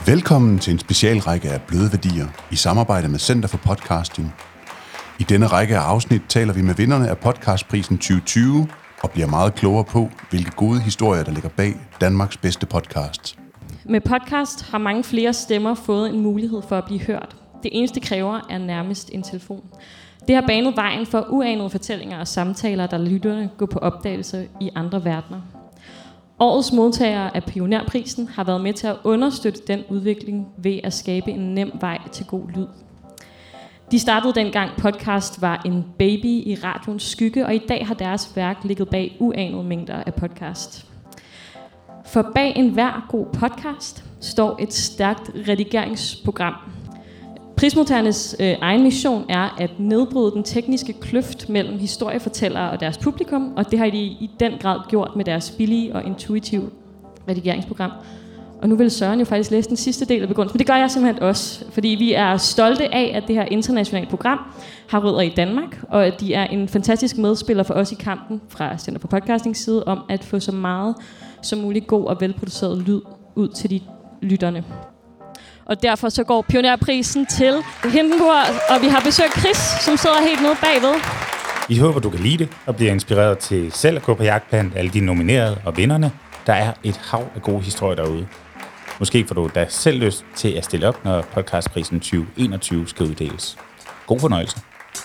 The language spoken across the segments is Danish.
Velkommen til en specialrække af Bløde Værdier i samarbejde med Center for Podcasting. I denne række af afsnit taler vi med vinderne af podcastprisen 2020 og bliver meget klogere på, hvilke gode historier, der ligger bag Danmarks bedste podcast. Med podcast har mange flere stemmer fået en mulighed for at blive hørt. Det eneste kræver er nærmest en telefon. Det har banet vejen for uanede fortællinger og samtaler, der lytterne går på opdagelse i andre verdener. Årets modtagere af Pionerprisen har været med til at understøtte den udvikling ved at skabe en nem vej til god lyd. De startede dengang podcast var en baby i radioens skygge, og i dag har deres værk ligget bag uanede mængder af podcast. For bag enhver god podcast står et stærkt redigeringsprogram. Prismodtagernes egen mission er at nedbryde den tekniske kløft mellem historiefortællere og deres publikum, og det har de i den grad gjort med deres billige og intuitive redigeringsprogram. Og nu vil Søren jo faktisk læse den sidste del af begrundelsen, men det gør jeg simpelthen også, fordi vi er stolte af, at det her internationale program har rødder i Danmark, og at de er en fantastisk medspiller for os i kampen fra Center for Podcasting side om at få så meget som muligt god og velproduceret lyd ud til de lytterne. Og derfor så går Pionerprisen til Hindenburg, og vi har besøgt Chris, som sidder helt nede bagved. Vi håber, du kan lide det og bliver inspireret til selv at gå på jagt blandt alle de nominerede og vinderne. Der er et hav af gode historier derude. Måske får du da selv lyst til at stille op, når podcastprisen 2021 skal uddeles. God fornøjelse.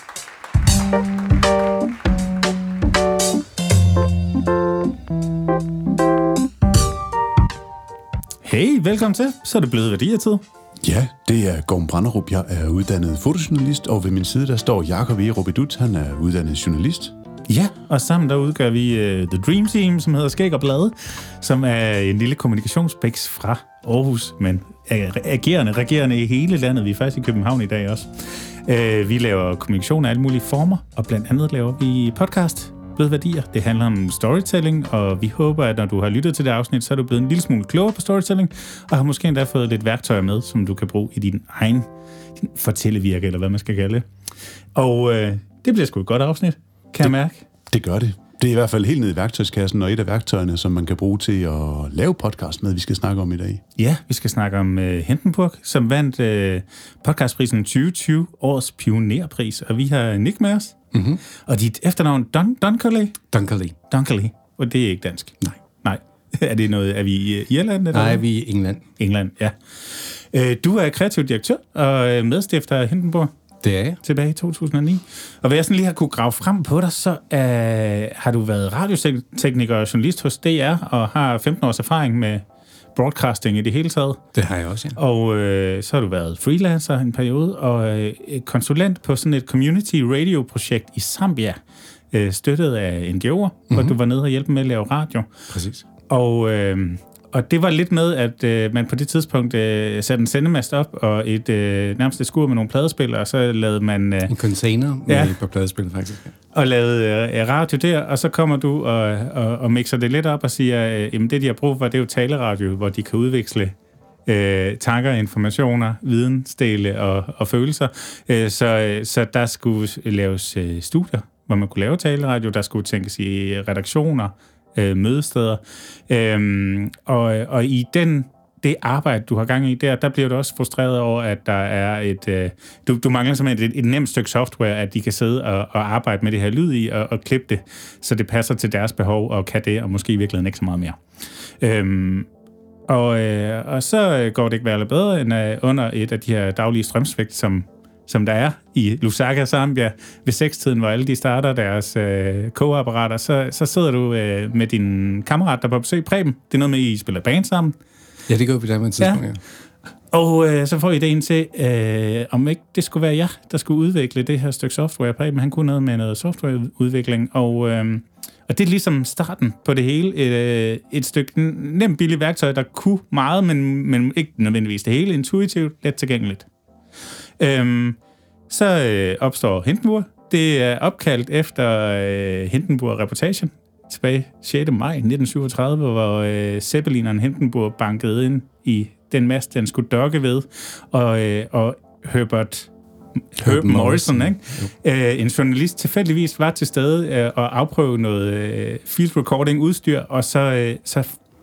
Hey, velkommen til. Så er det Bløde Værdier-tid. Ja, det er Gorm Branderup. Jeg er uddannet fotojournalist, og ved min side der står Jakob E. Robidut. Han er uddannet journalist. Ja, og sammen der udgør vi The Dream Team, som hedder Skæg og Blade, som er en lille kommunikationsbæks fra Aarhus, men regerende i hele landet. Vi er faktisk i København i dag også. Vi laver kommunikation af alle mulige former, og blandt andet laver vi podcast, Bløde Værdier. Det handler om storytelling, og vi håber, at når du har lyttet til det afsnit, så er du blevet en lille smule klogere på storytelling, og har måske endda fået lidt værktøjer med, som du kan bruge i din egen fortællevirke, eller hvad man skal kalde det. Og det bliver sgu et godt afsnit, kan jeg mærke. Det gør det. Det er i hvert fald helt nede i værktøjskassen, og et af værktøjerne, som man kan bruge til at lave podcast med, vi skal snakke om i dag. Ja, vi skal snakke om Hindenburg, som vandt podcastprisen 2020, årets pionerpris, og vi har Nick med os. Mm-hmm. Og dit efternavn, Dunkerley? Dunkerley. Og det er ikke dansk? Nej. Er det noget, er vi i Irland? Eller? Nej, vi er i England. England, ja. Du er kreativ direktør og medstifter af Hindenburg. Det er jeg. Tilbage i 2009. Og hvad jeg sådan lige har kunne grave frem på dig, så har du været radiotekniker og journalist hos DR, og har 15 års erfaring med broadcasting i det hele taget. Det har jeg også, ja. Og så har du været freelancer en periode, og konsulent på sådan et community radio-projekt i Zambia, støttet af NGO'er, hvor du var nede og hjælpe med at lave radio. Præcis. Og det var lidt med, at man på det tidspunkt satte en sendemast op, og nærmest et skur med nogle pladespillere, og så lavede man... en container med på pladespillere, faktisk. Og lavede radio der, og så kommer du og mixer det lidt op og siger, jamen det, de har brug for, det er jo taleradio, hvor de kan udveksle tanker, informationer, vidensdele og følelser. Så der skulle laves studier, hvor man kunne lave taleradio, der skulle tænkes i redaktioner, mødesteder. Og i det arbejde, du har gang i der bliver du også frustreret over, at der er du mangler simpelthen et nemt stykke software, at de kan sidde og arbejde med det her lyd i og klippe det, så det passer til deres behov og kan det, og måske i virkeligheden ikke så meget mere. Og så går det ikke værre eller bedre end under et af de her daglige strømsvigt, som der er i Lusaka, Zambia, ved 6-tiden, hvor alle de starter deres kogeapparater, så sidder du med din kammerat, der på besøg, Preben. Det er noget med, at I spiller band sammen. Ja, det går på det tidspunkt, ja. Og så får I idéen til, om ikke det skulle være jer, der skulle udvikle det her stykke software. Preben, han kunne noget med noget softwareudvikling, og det er ligesom starten på det hele. Et stykke nemt billigt værktøj, der kunne meget, men ikke nødvendigvis det hele. Intuitivt, let tilgængeligt. Så opstår Hindenburg. Det er opkaldt efter Hindenburg-reportagen tilbage 6. maj 1937, hvor zeppelineren Hindenburg bankede ind i den mast, den skulle dokke ved, og Herbert Morrison, ikke? En journalist tilfældigvis var til stede og afprøve noget field recording udstyr, og så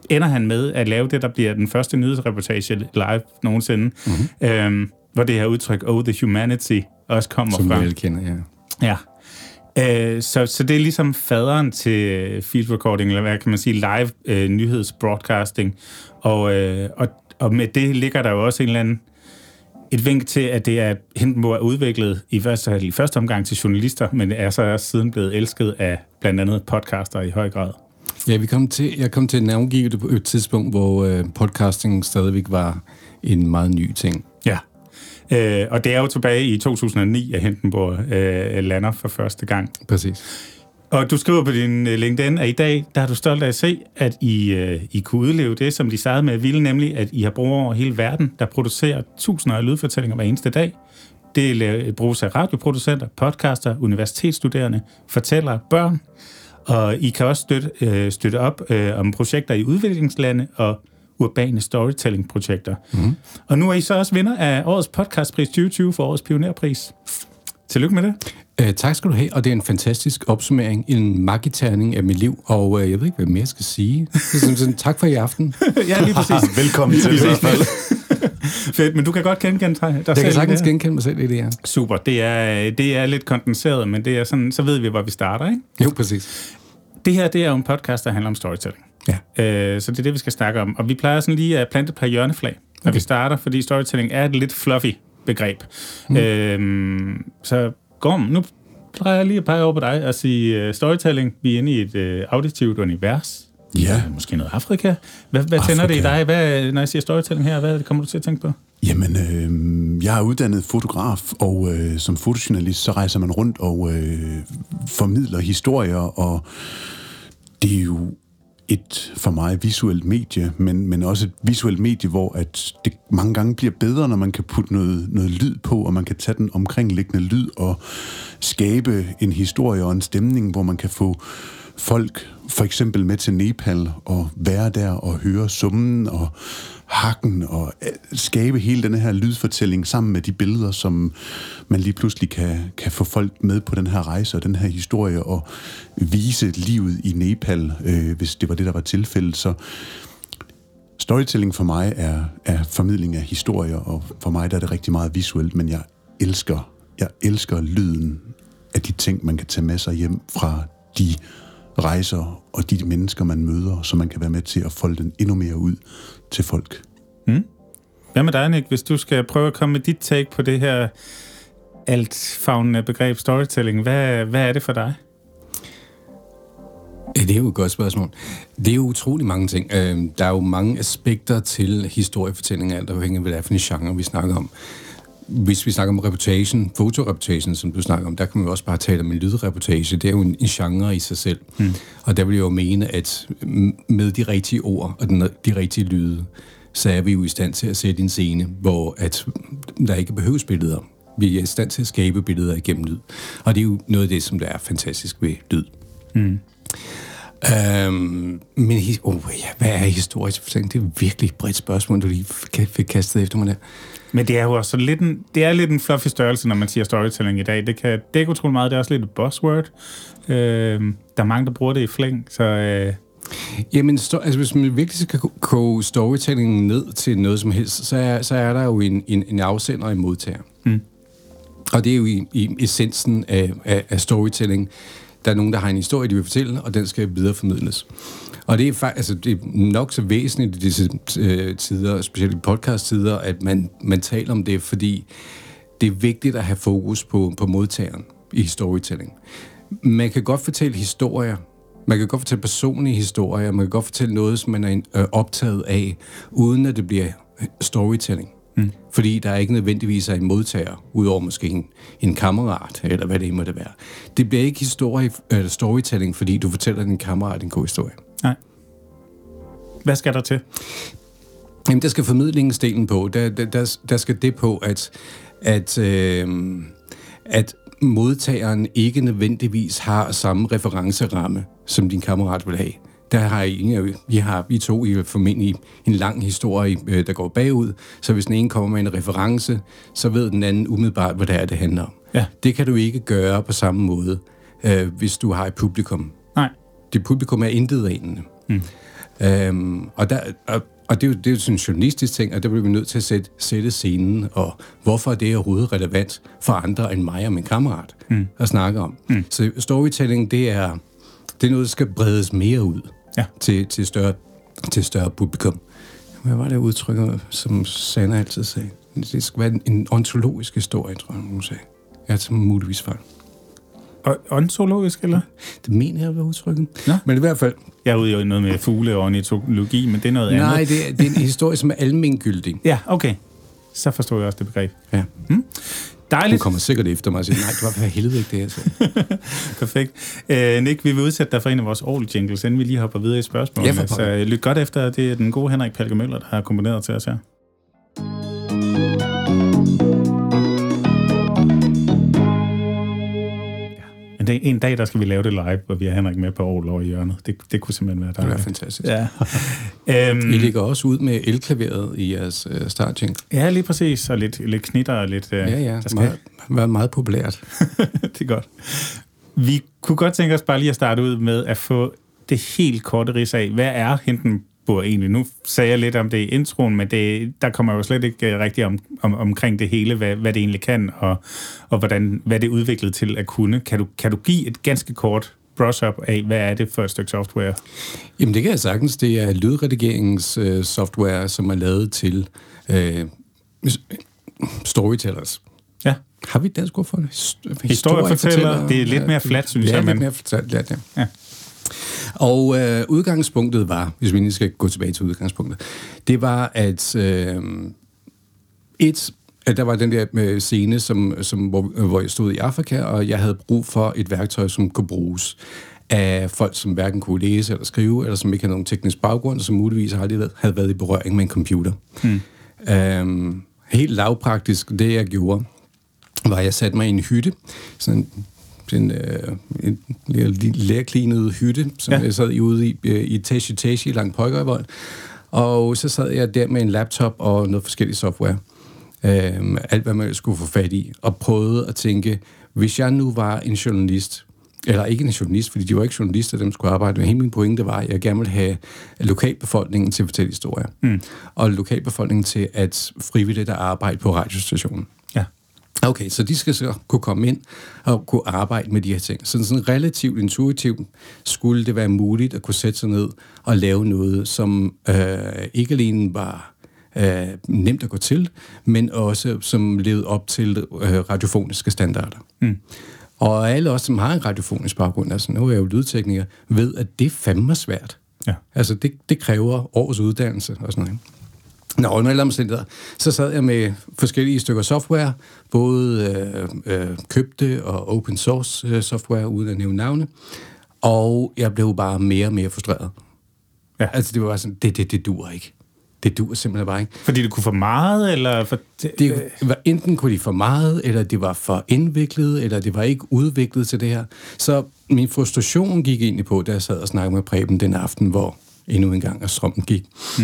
ender han med at lave det, der bliver den første nyhedsreportage live nogensinde, hvor det her udtryk, the humanity, også kommer fra. Som vi alle kender, ja. Så det er ligesom faderen til field recording, eller hvad kan man sige, live nyhedsbroadcasting. Og med det ligger der jo også en eller anden et vink til, at det er Hindenburg er udviklet i første omgang til journalister, men er så også siden blevet elsket af blandt andet podcaster i høj grad. Ja, jeg kom til at navngive det på et tidspunkt, hvor podcasting stadigvæk var en meget ny ting. Ja, og det er jo tilbage i 2009, at Hindenburg lander for første gang. Præcis. Og du skriver på din LinkedIn, at i dag, der er du stolt af at se, at I kunne udleve det, som de sagde med at ville, nemlig at I har brugere over hele verden, der producerer tusinder af lydfortællinger hver eneste dag. Det bruges af radioproducenter, podcaster, universitetsstuderende, fortællere, børn, og I kan også støtte op om projekter i udviklingslande og urbane storytelling-projekter. Mm. Og nu er I så også vinder af årets podcastpris 2020 for årets pionerpris. Tillykke med det. Tak skal du have, og det er en fantastisk opsummering, en magiterning af mit liv, og jeg ved ikke, hvad mere jeg skal sige. Sådan, tak for i aften. Ja, lige præcis. Velkommen til i hvert fald. Fedt, men du kan godt genkende dig selv. Jeg kan sagtens genkende mig selv i det her. Super, det er lidt kondenseret, men det er sådan, så ved vi, hvor vi starter, ikke? Jo, præcis. Det her, det er jo en podcast, der handler om storytelling. Ja. Så det er det, vi skal snakke om. Og vi plejer sådan lige at plante et par hjørneflag, når vi starter, fordi storytelling er et lidt fluffy begreb. Så Gorm, nu drejer jeg lige at pege over på dig og sige storytelling. Vi er inde i et auditivt univers. Ja. Måske noget Afrika. Hvad tænder det i dig? Når jeg siger storytelling her, hvad kommer du til at tænke på? Jamen, jeg er uddannet fotograf, og som fotojournalist, så rejser man rundt og formidler historier, og det er jo et for mig visuelt medie, men også et visuelt medie, hvor at det mange gange bliver bedre, når man kan putte noget lyd på, og man kan tage den omkringliggende lyd og skabe en historie og en stemning, hvor man kan få folk for eksempel med til Nepal og være der og høre summen og hakken og skabe hele den her lydfortælling sammen med de billeder, som man lige pludselig kan få folk med på den her rejse og den her historie og vise livet i Nepal, hvis det var det, der var tilfældet. Så storytelling for mig er formidling af historier, og for mig der er det rigtig meget visuelt, men jeg elsker lyden af de ting, man kan tage med sig hjem fra de rejser og de mennesker, man møder, så man kan være med til at folde den endnu mere ud til folk. Hvad med dig, Nick, hvis du skal prøve at komme med dit take på det her altfavnende begreb storytelling? Hvad er det for dig? Ja, det er jo et godt spørgsmål. Det er jo utrolig mange ting. Der er jo mange aspekter til historiefortællinger, alt afhængig af, hvad det er for en genre, vi snakker om. Hvis vi snakker om reputation, fotoreputation, som du snakker om, der kan man jo også bare tale om en lydreportage. Det er jo en genre i sig selv. Og der vil jeg jo mene, at med de rigtige ord og de rigtige lyde, så er vi jo i stand til at sætte en scene, hvor at der ikke behøves billeder. Vi er i stand til at skabe billeder igennem lyd. Og det er jo noget af det, som der er fantastisk ved lyd. Men hvad er historisk fortælling? Det er virkelig et bredt spørgsmål, du lige fik kastet efter mig der. Men det er jo også lidt en fluffy størrelse, når man siger storytelling i dag. Det kan dække utrolig meget. Det er også lidt et buzzword. Der er mange, der bruger det i flæng. Så, Jamen, hvis man virkelig skal koge storytelling ned til noget som helst, så er der jo en afsender og en modtager. Og det er jo i essensen af storytelling. Der er nogen, der har en historie, de vil fortælle, og den skal videreformidles. Og det er faktisk, det er nok så væsentligt i disse tider, specielt i podcast-tider, at man taler om det, fordi det er vigtigt at have fokus på modtageren i storytelling. Man kan godt fortælle historier, man kan godt fortælle personlige historier, man kan godt fortælle noget, som man er optaget af, uden at det bliver storytelling. Fordi der er ikke nødvendigvis en modtager, udover måske en kammerat, eller hvad det måtte være. Det bliver ikke storytelling, fordi du fortæller din kammerat en god historie. Nej. Hvad skal der til? Jamen, der skal formidlingsdelen på. Der skal det på, at modtageren ikke nødvendigvis har samme referenceramme, som din kammerat vil have. Der har I to formentlig en lang historie, der går bagud, så hvis den ene kommer med en reference, så ved den anden umiddelbart, hvad det handler om. Ja. Det kan du ikke gøre på samme måde, hvis du har et publikum. Nej. Det publikum er intetanende. Og det er jo sådan en journalistisk ting, og der bliver vi nødt til at sætte scenen, og hvorfor er det overhovedet relevant for andre end mig og min kammerat at snakke om. Så storytelling, det er noget, der skal bredes mere ud til større publikum. Hvad var det udtryk, som Sanna altid sagde? Det skal være en ontologisk historie, tror jeg, hun sagde. Jeg tager muligvis fejl. Ontologisk, eller? Det mener jeg var udtrykket. Ja. Men i hvert fald... Jeg er ude i noget med fugle og ornitologi, men det er noget andet. Nej, det er en historie, som er almengyldig. Ja, okay. Så forstår jeg også det begreb. Ja. Dejligt. Hun kommer sikkert efter mig og siger, nej, det var for helvede ikke det her. Så. Perfekt. Nick, vi vil udsætte dig for en af vores årlige jingles, inden vi lige hopper videre i spørgsmålene. Så lyt godt efter, det er den gode Henrik Palke Møller, der har komponeret til os her. Men en dag, der skal vi lave det live, hvor vi har Henrik med på orgel over i hjørnet. Det kunne simpelthen være dejligt. Det er fantastisk. Ja. I ligger også ud med elklaveret i jeres startjingle. Ja, lige præcis. Og lidt knitter og lidt... Ja. Det skal være meget populært. Det er godt. Vi kunne godt tænke os bare lige at starte ud med at få det helt korte rids af. Hvad er Hindenburg egentlig? Nu sagde jeg lidt om det i introen, men der kommer jo slet ikke rigtig omkring det hele, hvad det egentlig kan, og hvad det er udviklet til at kunne. Kan du give et ganske kort brush-up af, hvad er det for et stykke software? Jamen det kan jeg sagtens. Det er lydredigeringssoftware, som er lavet til storytellers. Ja. Har vi et dansk ord for det? Historiefortæller. Det er lidt mere flat, synes jeg. Ja, lidt mere flat, ja. Og udgangspunktet var, hvis vi lige skal gå tilbage til udgangspunktet, det var, at der var den der scene, hvor jeg stod i Afrika, og jeg havde brug for et værktøj, som kunne bruges af folk, som hverken kunne læse eller skrive, eller som ikke havde nogen teknisk baggrund, og som muligvis aldrig havde været i berøring med en computer. Helt lavpraktisk, det jeg gjorde, var, at jeg satte mig i en hytte, sådan en lærklinet hytte, som jeg sad ude i etage langt Højgøjvold. Og så sad jeg der med en laptop og noget forskelligt software. Alt, hvad man skulle få fat i. Og prøvede at tænke, hvis jeg nu var en journalist, eller ikke en journalist, fordi de var ikke journalister, dem skulle arbejde med. Hele min pointe var, at jeg gerne ville have lokalbefolkningen til at fortælle historier. Og lokalbefolkningen til at frivilligt at arbejde på radiostationen. Ja. Okay, så de skal så kunne komme ind og kunne arbejde med de her ting. Så sådan relativt intuitivt skulle det være muligt at kunne sætte sig ned og lave noget, som ikke alene var nemt at gå til, men også som levede op til radiofoniske standarder. Og alle os, som har en radiofonisk baggrund, altså nu er jeg jo lydtekniker, ved, at det er fandme svært. Ja. Altså det kræver års uddannelse og sådan noget. Under alle omstændigheder, så sad jeg med forskellige stykker software, både købte og open source software, uden at nævne navne, og jeg blev bare mere og mere frustreret. Ja. Altså det var bare sådan, det duer ikke. Det duer simpelthen bare ikke. Fordi det kunne for meget, eller for... Det var enten kunne de for meget, eller det var for indviklet, eller det var ikke udviklet til det her. Så min frustration gik egentlig på, da jeg sad og snakkede med Preben den aften, hvor endnu en gang strømmen gik.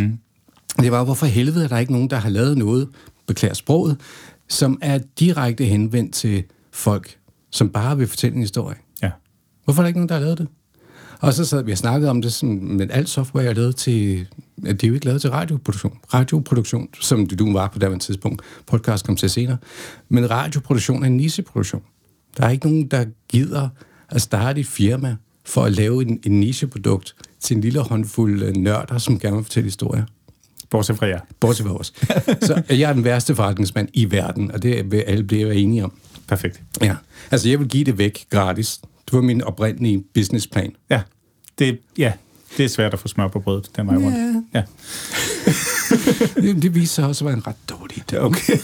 Det var, hvorfor helvede er der ikke nogen, der har lavet noget, beklager sproget, som er direkte henvendt til folk, som bare vil fortælle en historie. Ja. Hvorfor er der ikke nogen, der har lavet det? Og så sad vi og snakkede om det, men alt software er lavet til, at det er jo ikke lavet til radioproduktion. Radioproduktion, som du var på daværende tidspunkt, podcast kom til senere, men radioproduktion er en nicheproduktion. Der er ikke nogen, der gider at starte et firma for at lave en nicheprodukt til en lille håndfuld nørder, som gerne vil fortælle historier. Bortset fra jer. Bortset fra os. Så jeg er den værste forretningsmand i verden, og det vil alle blive enige om. Perfekt. Ja. Altså, jeg vil give det væk gratis. Det var min oprindelige businessplan. Ja. Det er svært at få smør på brødet. Det er mig rundt. Ja. Det viser sig også at være en ret dårlig idé. Okay.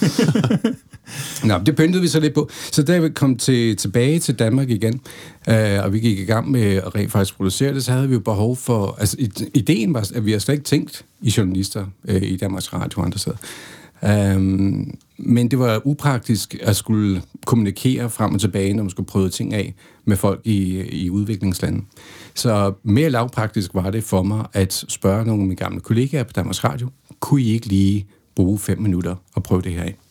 Nå, det pyntede vi så lidt på. Så da vi kom tilbage til Danmark igen, og vi gik i gang med at rent faktisk producere det, så havde vi jo behov for... Altså, ideen var, at vi har slet ikke tænkt i journalister i Danmarks Radio og andre steder. Men det var upraktisk at skulle kommunikere frem og tilbage, når man skulle prøve ting af med folk i udviklingslande. Så mere lavpraktisk var det for mig at spørge nogle af mine gamle kollegaer på Danmarks Radio, kunne I ikke lige bruge 5 minutter og prøve det her af?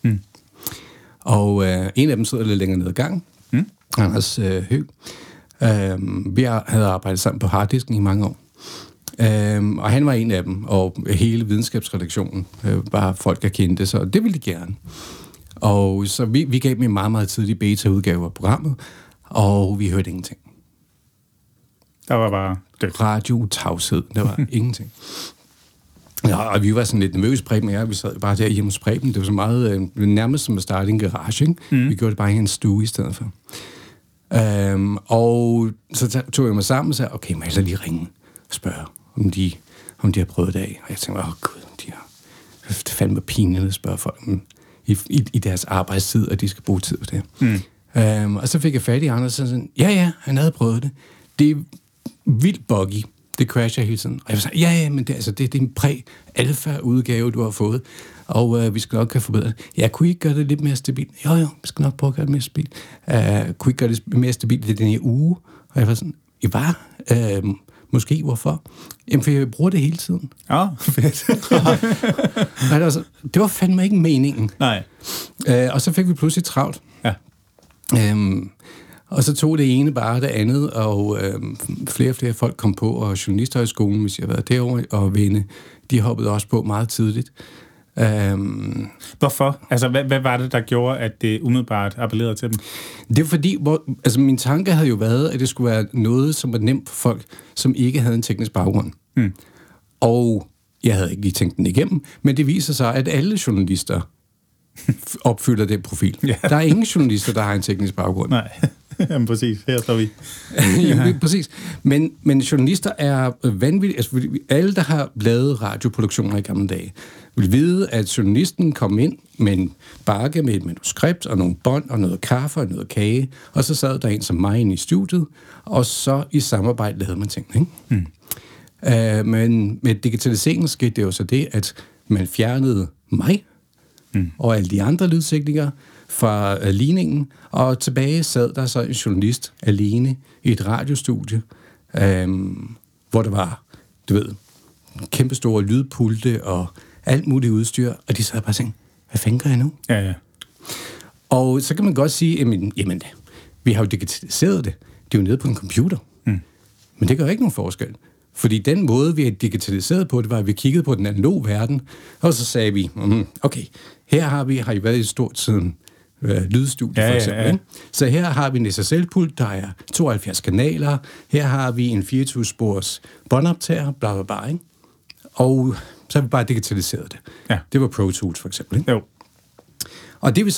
Og en af dem sidder lidt længere nede i gang. Anders Høgh. Vi havde arbejdet sammen på harddisken i mange år. Og han var en af dem, og hele videnskabsredaktionen var folk, jeg kendte, så det ville de gerne. Og så vi gav dem en meget, meget tidlig beta-udgave af programmet, og vi hørte ingenting. Der var bare dødt. Radio-tavshed, der var ingenting. Ja, og vi var sådan lidt nervøse, Preben og jeg, vi sad bare der hjemme hos Preben. Det var så meget nærmest som at starte en garage, ikke? Vi gjorde det bare i en stue i stedet for. Og så tog jeg mig sammen og sagde, okay, må jeg lige ringe og spørge, om de har prøvet det af. Og jeg tænkte, gud, de har... Det er fandme pinligt at spørge folk i deres arbejdstid, at de skal bruge tid på det. Og så fik jeg fat i Anders og sådan, ja, han havde prøvet det. Det er vildt buggy. Det crasher hele tiden. Og jeg sagde, ja, men det er en præ-alfa-udgave, du har fået, og vi skal nok kan forbedre det. Ja, kunne I ikke gøre det lidt mere stabilt? Jo, vi skal nok prøve at gøre det mere stabilt. Kunne I gøre det mere stabilt i den her uge? Og jeg var sådan, måske, hvorfor? Jamen, for jeg bruger det hele tiden. Ja, fedt. Det var fandme ikke meningen. Nej. Og så fik vi pludselig travlt. Ja. Og så tog det ene bare det andet, og flere og flere folk kom på, og Journalisthøjskolen, hvis jeg har været derovre og vende, de hoppede også på meget tidligt. Hvorfor? Altså, hvad var det, der gjorde, at det umiddelbart appellerede til dem? Det er fordi, min tanke havde jo været, at det skulle være noget, som var nemt for folk, som ikke havde en teknisk baggrund. Og jeg havde ikke lige tænkt den igennem, men det viser sig, at alle journalister opfylder den profil. Ja. Der er ingen journalister, der har en teknisk baggrund. Nej, jamen præcis. Her står vi. Ja, præcis. Men journalister er vanvittigt. Altså, alle, der har lavet radioproduktioner i gamle dage, vil vide, at journalisten kom ind med en bakke med et manuskript og nogle bånd og noget kaffe og noget kage, og så sad der en som mig inde i studiet, og så i samarbejde lavede man tingene. Men med digitaliseringen skete det jo så det, at man fjernede mig og alle de andre lydsikninger fra ligningen, og tilbage sad der så en journalist alene i et radiostudie, hvor der var, kæmpestore lydpulte og alt muligt udstyr, og de sad bare og tænkte, hvad fanden gør jeg nu? Ja. Og så kan man godt sige, jamen, vi har jo digitaliseret det. Det er jo nede på en computer. Men det gør ikke nogen forskel. Fordi den måde, vi har digitaliseret på, det var, at vi kiggede på den analoge verden, og så sagde vi, okay, her har I været i stort siden lydstudie, for eksempel. Ja. Så her har vi en SSL-pult, der er 72 kanaler, her har vi en 24-spors båndoptager, bla bla bla, ikke? Og så har vi bare digitaliseret det. Ja. Det var Pro Tools, for eksempel, ikke? Jo. Og det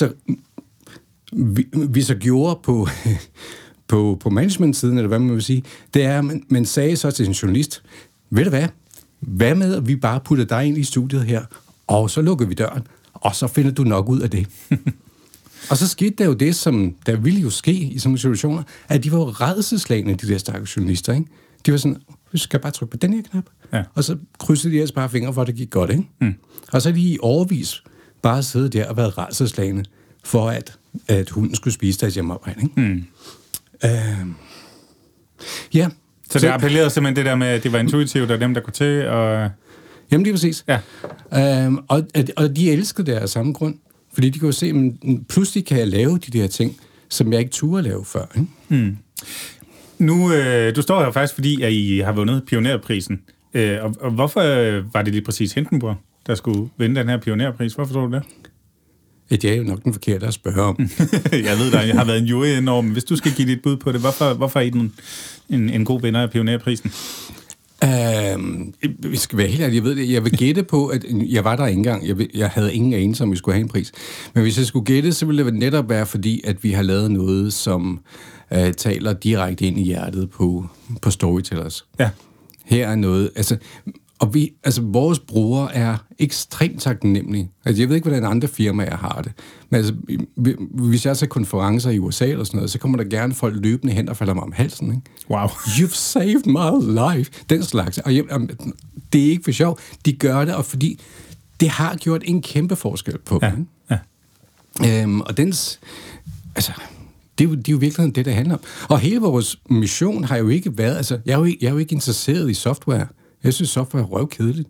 vi så gjorde på management-siden, eller hvad man vil sige, det er, at man sagde så til en journalist, ved du hvad med, at vi bare putter dig ind i studiet her, og så lukker vi døren, og så finder du nok ud af det. Og så skete der jo det, som der ville jo ske i sådan situationer, at de var jo rædselsslagne, de der stakkels journalister, ikke? De var sådan, vi skal bare trykke på den her knap, og så krydsede de ellers bare fingre for, at det gik godt, ikke? Og så er de i årevis bare siddet der og været rædselsslagne for, at hunden skulle spise deres hjemmearbejde, ikke? Ja. Så det appellerede simpelthen det der med, at det var intuitivt, og dem, der kunne til, og... Jamen, det er præcis. Ja. Og de elskede det af samme grund. Fordi de kunne se, at pludselig kan jeg lave de der ting, som jeg ikke turde lave før. Ikke? Nu, du står her faktisk, fordi at I har vundet Pionerprisen. Og hvorfor var det lige præcis Hindenburg, der skulle vinde den her Pionerpris? Hvorfor tror du det? Det er jo nok den forkerte at spørge om. Jeg ved, jeg har været en jury enorm. Hvis du skal give dit bud på det, hvorfor er I en god vinder af Pionerprisen? Vi skal være helt ærlig, jeg ved det. Jeg vil gætte på, at jeg var der ikke engang. Jeg havde ingen anelse om, vi skulle have en pris. Men hvis jeg skulle gætte, så ville det netop være, fordi at vi har lavet noget, som taler direkte ind i hjertet på Storytellers. Ja. Her er noget... Altså, vores brugere er ekstremt taknemmelige. Altså, jeg ved ikke, hvordan andre firmaer har det. Men altså, hvis jeg ser konferencer i USA eller sådan noget, så kommer der gerne folk løbende hen og falder mig om halsen. Ikke? Wow. You've saved my life. Den slags. Og det er ikke for sjov. De gør det, og fordi det har gjort en kæmpe forskel på dem. Ja. Og dens... Altså... Det er jo virkelig det handler om. Og hele vores mission har jo ikke været... Altså, jeg er jo ikke interesseret i software. Jeg synes, software er røvkedeligt.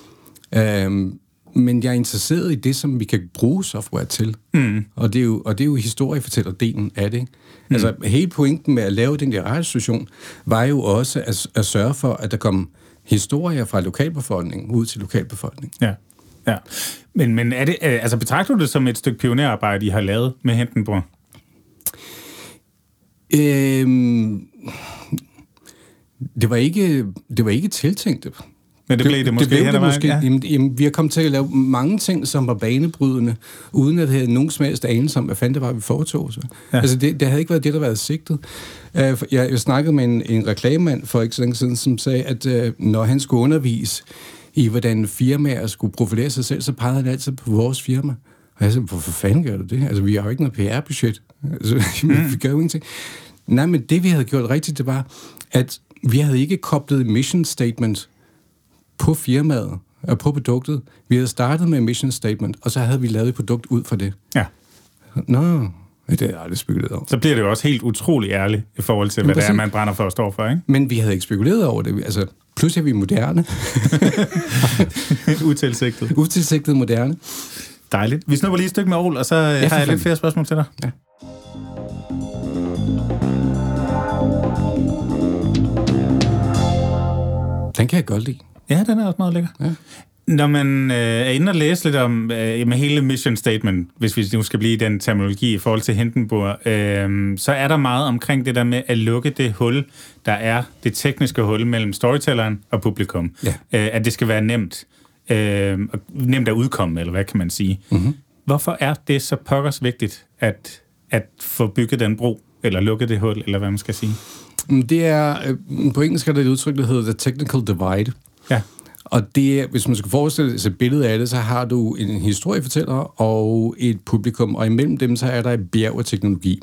Men jeg er interesseret i det, som vi kan bruge software til. Og det er jo historiefortællerdelen af det. Altså, hele pointen med at lave den der radiostation, var jo også at sørge for, at der kom historier fra lokalbefolkningen ud til lokalbefolkningen. Ja. Ja. Men er det, altså betragter du det som et stykke pionerarbejde, I har lavet med Hindenburg? Det var ikke tiltænkt. Men det blev det måske hen ad vejen, ja. Jamen, vi har kommet til at lave mange ting, som var banebrydende, uden at have nogen som helst anelse om, hvad fanden det var, vi foretog os. Ja. Altså, det havde ikke været det, der var sigtet. Jeg snakkede med en reklamemand for ikke så længe siden, som sagde, at når han skulle undervise i, hvordan firmaer skulle profilere sig selv, så pegede han altid på vores firma. Og jeg sagde, hvorfor fanden gør du det? Altså, vi har jo ikke noget PR-budget. Altså, vi gør jo ingenting. Nej, men det, vi havde gjort rigtigt, det var, at vi havde ikke koblet mission statement på firmaet og på produktet. Vi havde startet med mission statement, og så havde vi lavet et produkt ud fra det. Ja. Nå, det er aldrig spekuleret over. Så bliver det jo også helt utrolig ærligt i forhold til, hvad det er, man brænder for at stå for, ikke? Men vi havde ikke spekuleret over det. Altså, pludselig er vi moderne. Utilsigtet. Utilsigtet moderne. Dejligt. Vi snupper lige et stykke med Aarhus, og så har jeg lidt flere spørgsmål til dig. Ja. Den kan jeg godt lide. Ja, den er også meget lækker. Ja. Når man er inde og læse lidt om med hele mission statement, hvis vi nu skal blive i den terminologi i forhold til Hindenburg, så er der meget omkring det der med at lukke det hul, der er det tekniske hul mellem storytelleren og publikum. Ja. At det skal være nemt. Nemt at udkomme, eller hvad kan man sige. Mm-hmm. Hvorfor er det så pokkers vigtigt at få bygget den bro, eller lukke det hul, eller hvad man skal sige? Det er, på engelsk er der et udtryk, der hedder the technical divide. Ja. Og det er, hvis man skal forestille sig et billede af det, så har du en historiefortæller og et publikum, og imellem dem så er der et bjerg af teknologi.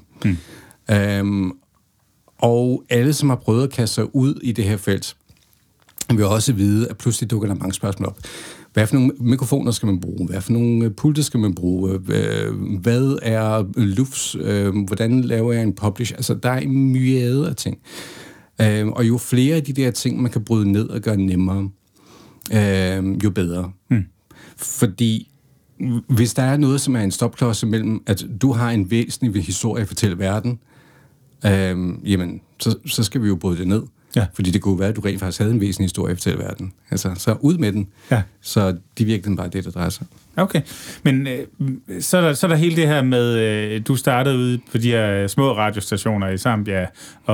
Og alle, som har prøvet at kaste sig ud i det her felt, vil også vide, at pludselig dukker der mange spørgsmål op. Hvad for nogle mikrofoner skal man bruge? Hvad for nogle pulter skal man bruge? Hvad er lufts? Hvordan laver jeg en publish? Altså, der er en myriade af ting. Og jo flere af de der ting, man kan bryde ned og gøre nemmere, jo bedre. Fordi hvis der er noget, som er en stopklods mellem, at du har en væsentlig historie at fortælle verden, jamen, så skal vi jo bryde det ned. Ja. Fordi det kunne være, at du rent faktisk havde en væsentlig historie at fortælle verden. Altså, så ud med den. Ja. Så det er virkelig bare det, der drejer sig. Okay. Men så er der hele det her med, du startede ude på de her små radiostationer i Zambia,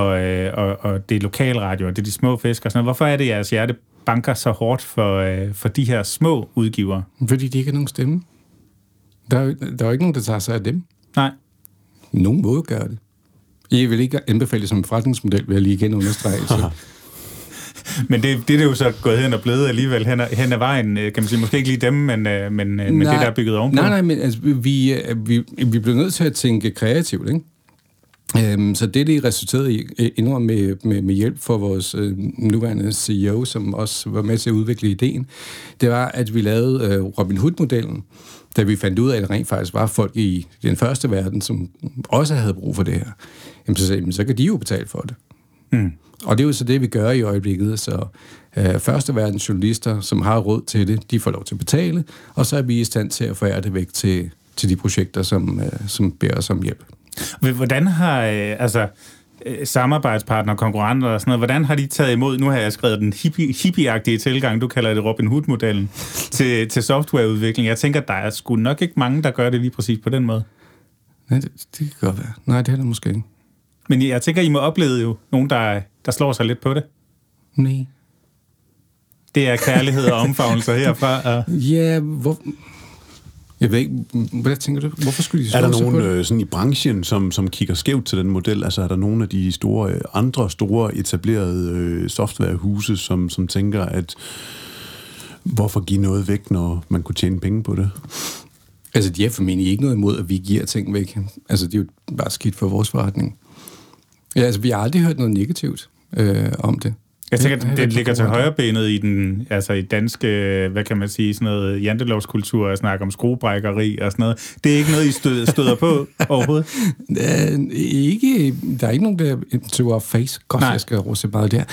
og det er lokalradio, og det er de små fisk og sådan noget. Hvorfor er det, jeres hjerte banker så hårdt for de her små udgivere? Fordi de ikke har nogen stemme. Der er jo ikke nogen, der tager sig af dem. Nej. Nogen må jo gøre det. Jeg vil ikke anbefale det som en forretningsmodel, vil jeg lige igen understrege. Men det er jo så gået hen og blevet alligevel hen ad vejen, kan man sige. Måske ikke lige dem, men det, der er bygget ovenpå. Nej, men altså, vi bliver nødt til at tænke kreativt, ikke? Så det resulterede i, indrømme med hjælp fra vores nuværende CEO, som også var med til at udvikle ideen, det var, at vi lavede Robin Hood-modellen, da vi fandt ud af, at der rent faktisk var folk i den første verden, som også havde brug for det her. Jamen, så sagde, så kan de jo betale for det. Og det er jo så det, vi gør i øjeblikket. Så første verdens journalister, som har råd til det, de får lov til at betale, og så er vi i stand til at forære det væk til de projekter, som beder os om hjælp. Hvordan har samarbejdspartnere, konkurrenter og sådan noget, hvordan har de taget imod, nu har jeg skrevet den hippie-agtige tilgang, du kalder det Robin Hood-modellen, til softwareudvikling. Jeg tænker, der er sgu nok ikke mange, der gør det lige præcis på den måde. Nej, det kan godt være. Nej, det er der måske ikke. Men jeg tænker, I må opleve jo nogen, der slår sig lidt på det. Nej. Det er kærlighed og omfavnelser herfra. Ja, jeg ved ikke, hvad tænker du? Hvorfor skulle de slå sig på det? Er der nogen sådan i branchen, som kigger skævt til den model? Altså er der nogle af de andre store etablerede softwarehuse, som tænker, at hvorfor give noget væk, når man kunne tjene penge på det? Altså, de har formentlig ikke noget imod, at vi giver ting væk. Altså, det er jo bare skidt for vores forretning. Ja, altså, vi har aldrig hørt noget negativt om det. Jeg tænker, at det ligger til højrebenet i den, altså i danske, hvad kan man sige, sådan noget jantelovskultur, at snakke om skruebrækkeri og sådan noget. Det er ikke noget, I støder på overhovedet? Ikke. Der er ikke nogen, der to our face. Godt, jeg skal rose meget der.